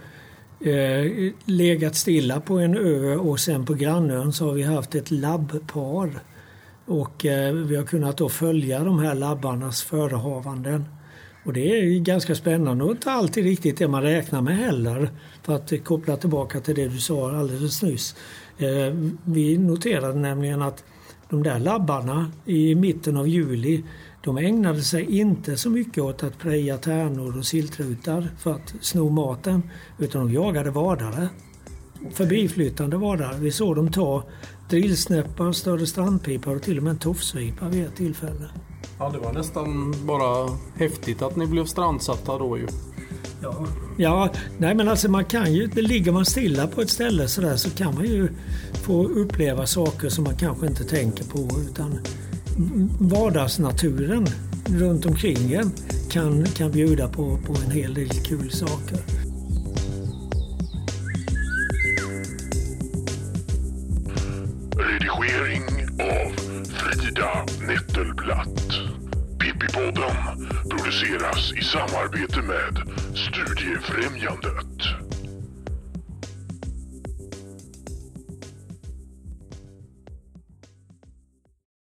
eh, legat stilla på en ö, och sen på grannön så har vi haft ett labbpar, och eh, vi har kunnat då följa de här labbarnas förehavanden, och det är ganska spännande och inte alltid riktigt det man räknar med heller, för att koppla tillbaka till det du sa alldeles nyss. Eh, vi noterade nämligen att de där labbarna i mitten av juli, de ägnade sig inte så mycket åt att preja tärnor och siltrutar för att sno maten, utan de jagade vadare. Förbiflyttande vadare. Vi såg dem ta drillsnäppar, större strandpipar och till och med en tofsvipa vid ett tillfälle. Ja, det var nästan bara häftigt att ni blev strandsatta då ju. Ja, ja nej men alltså man kan ju, ligger man stilla på ett ställe så där, så kan man ju få uppleva saker som man kanske inte tänker på, utan vardagsnaturen runt omkring en kan, kan bjuda på, på en hel del kul saker. Redigering av Frida Nettelblatt. Pippi-podden produceras i samarbete med Studiefrämjandet.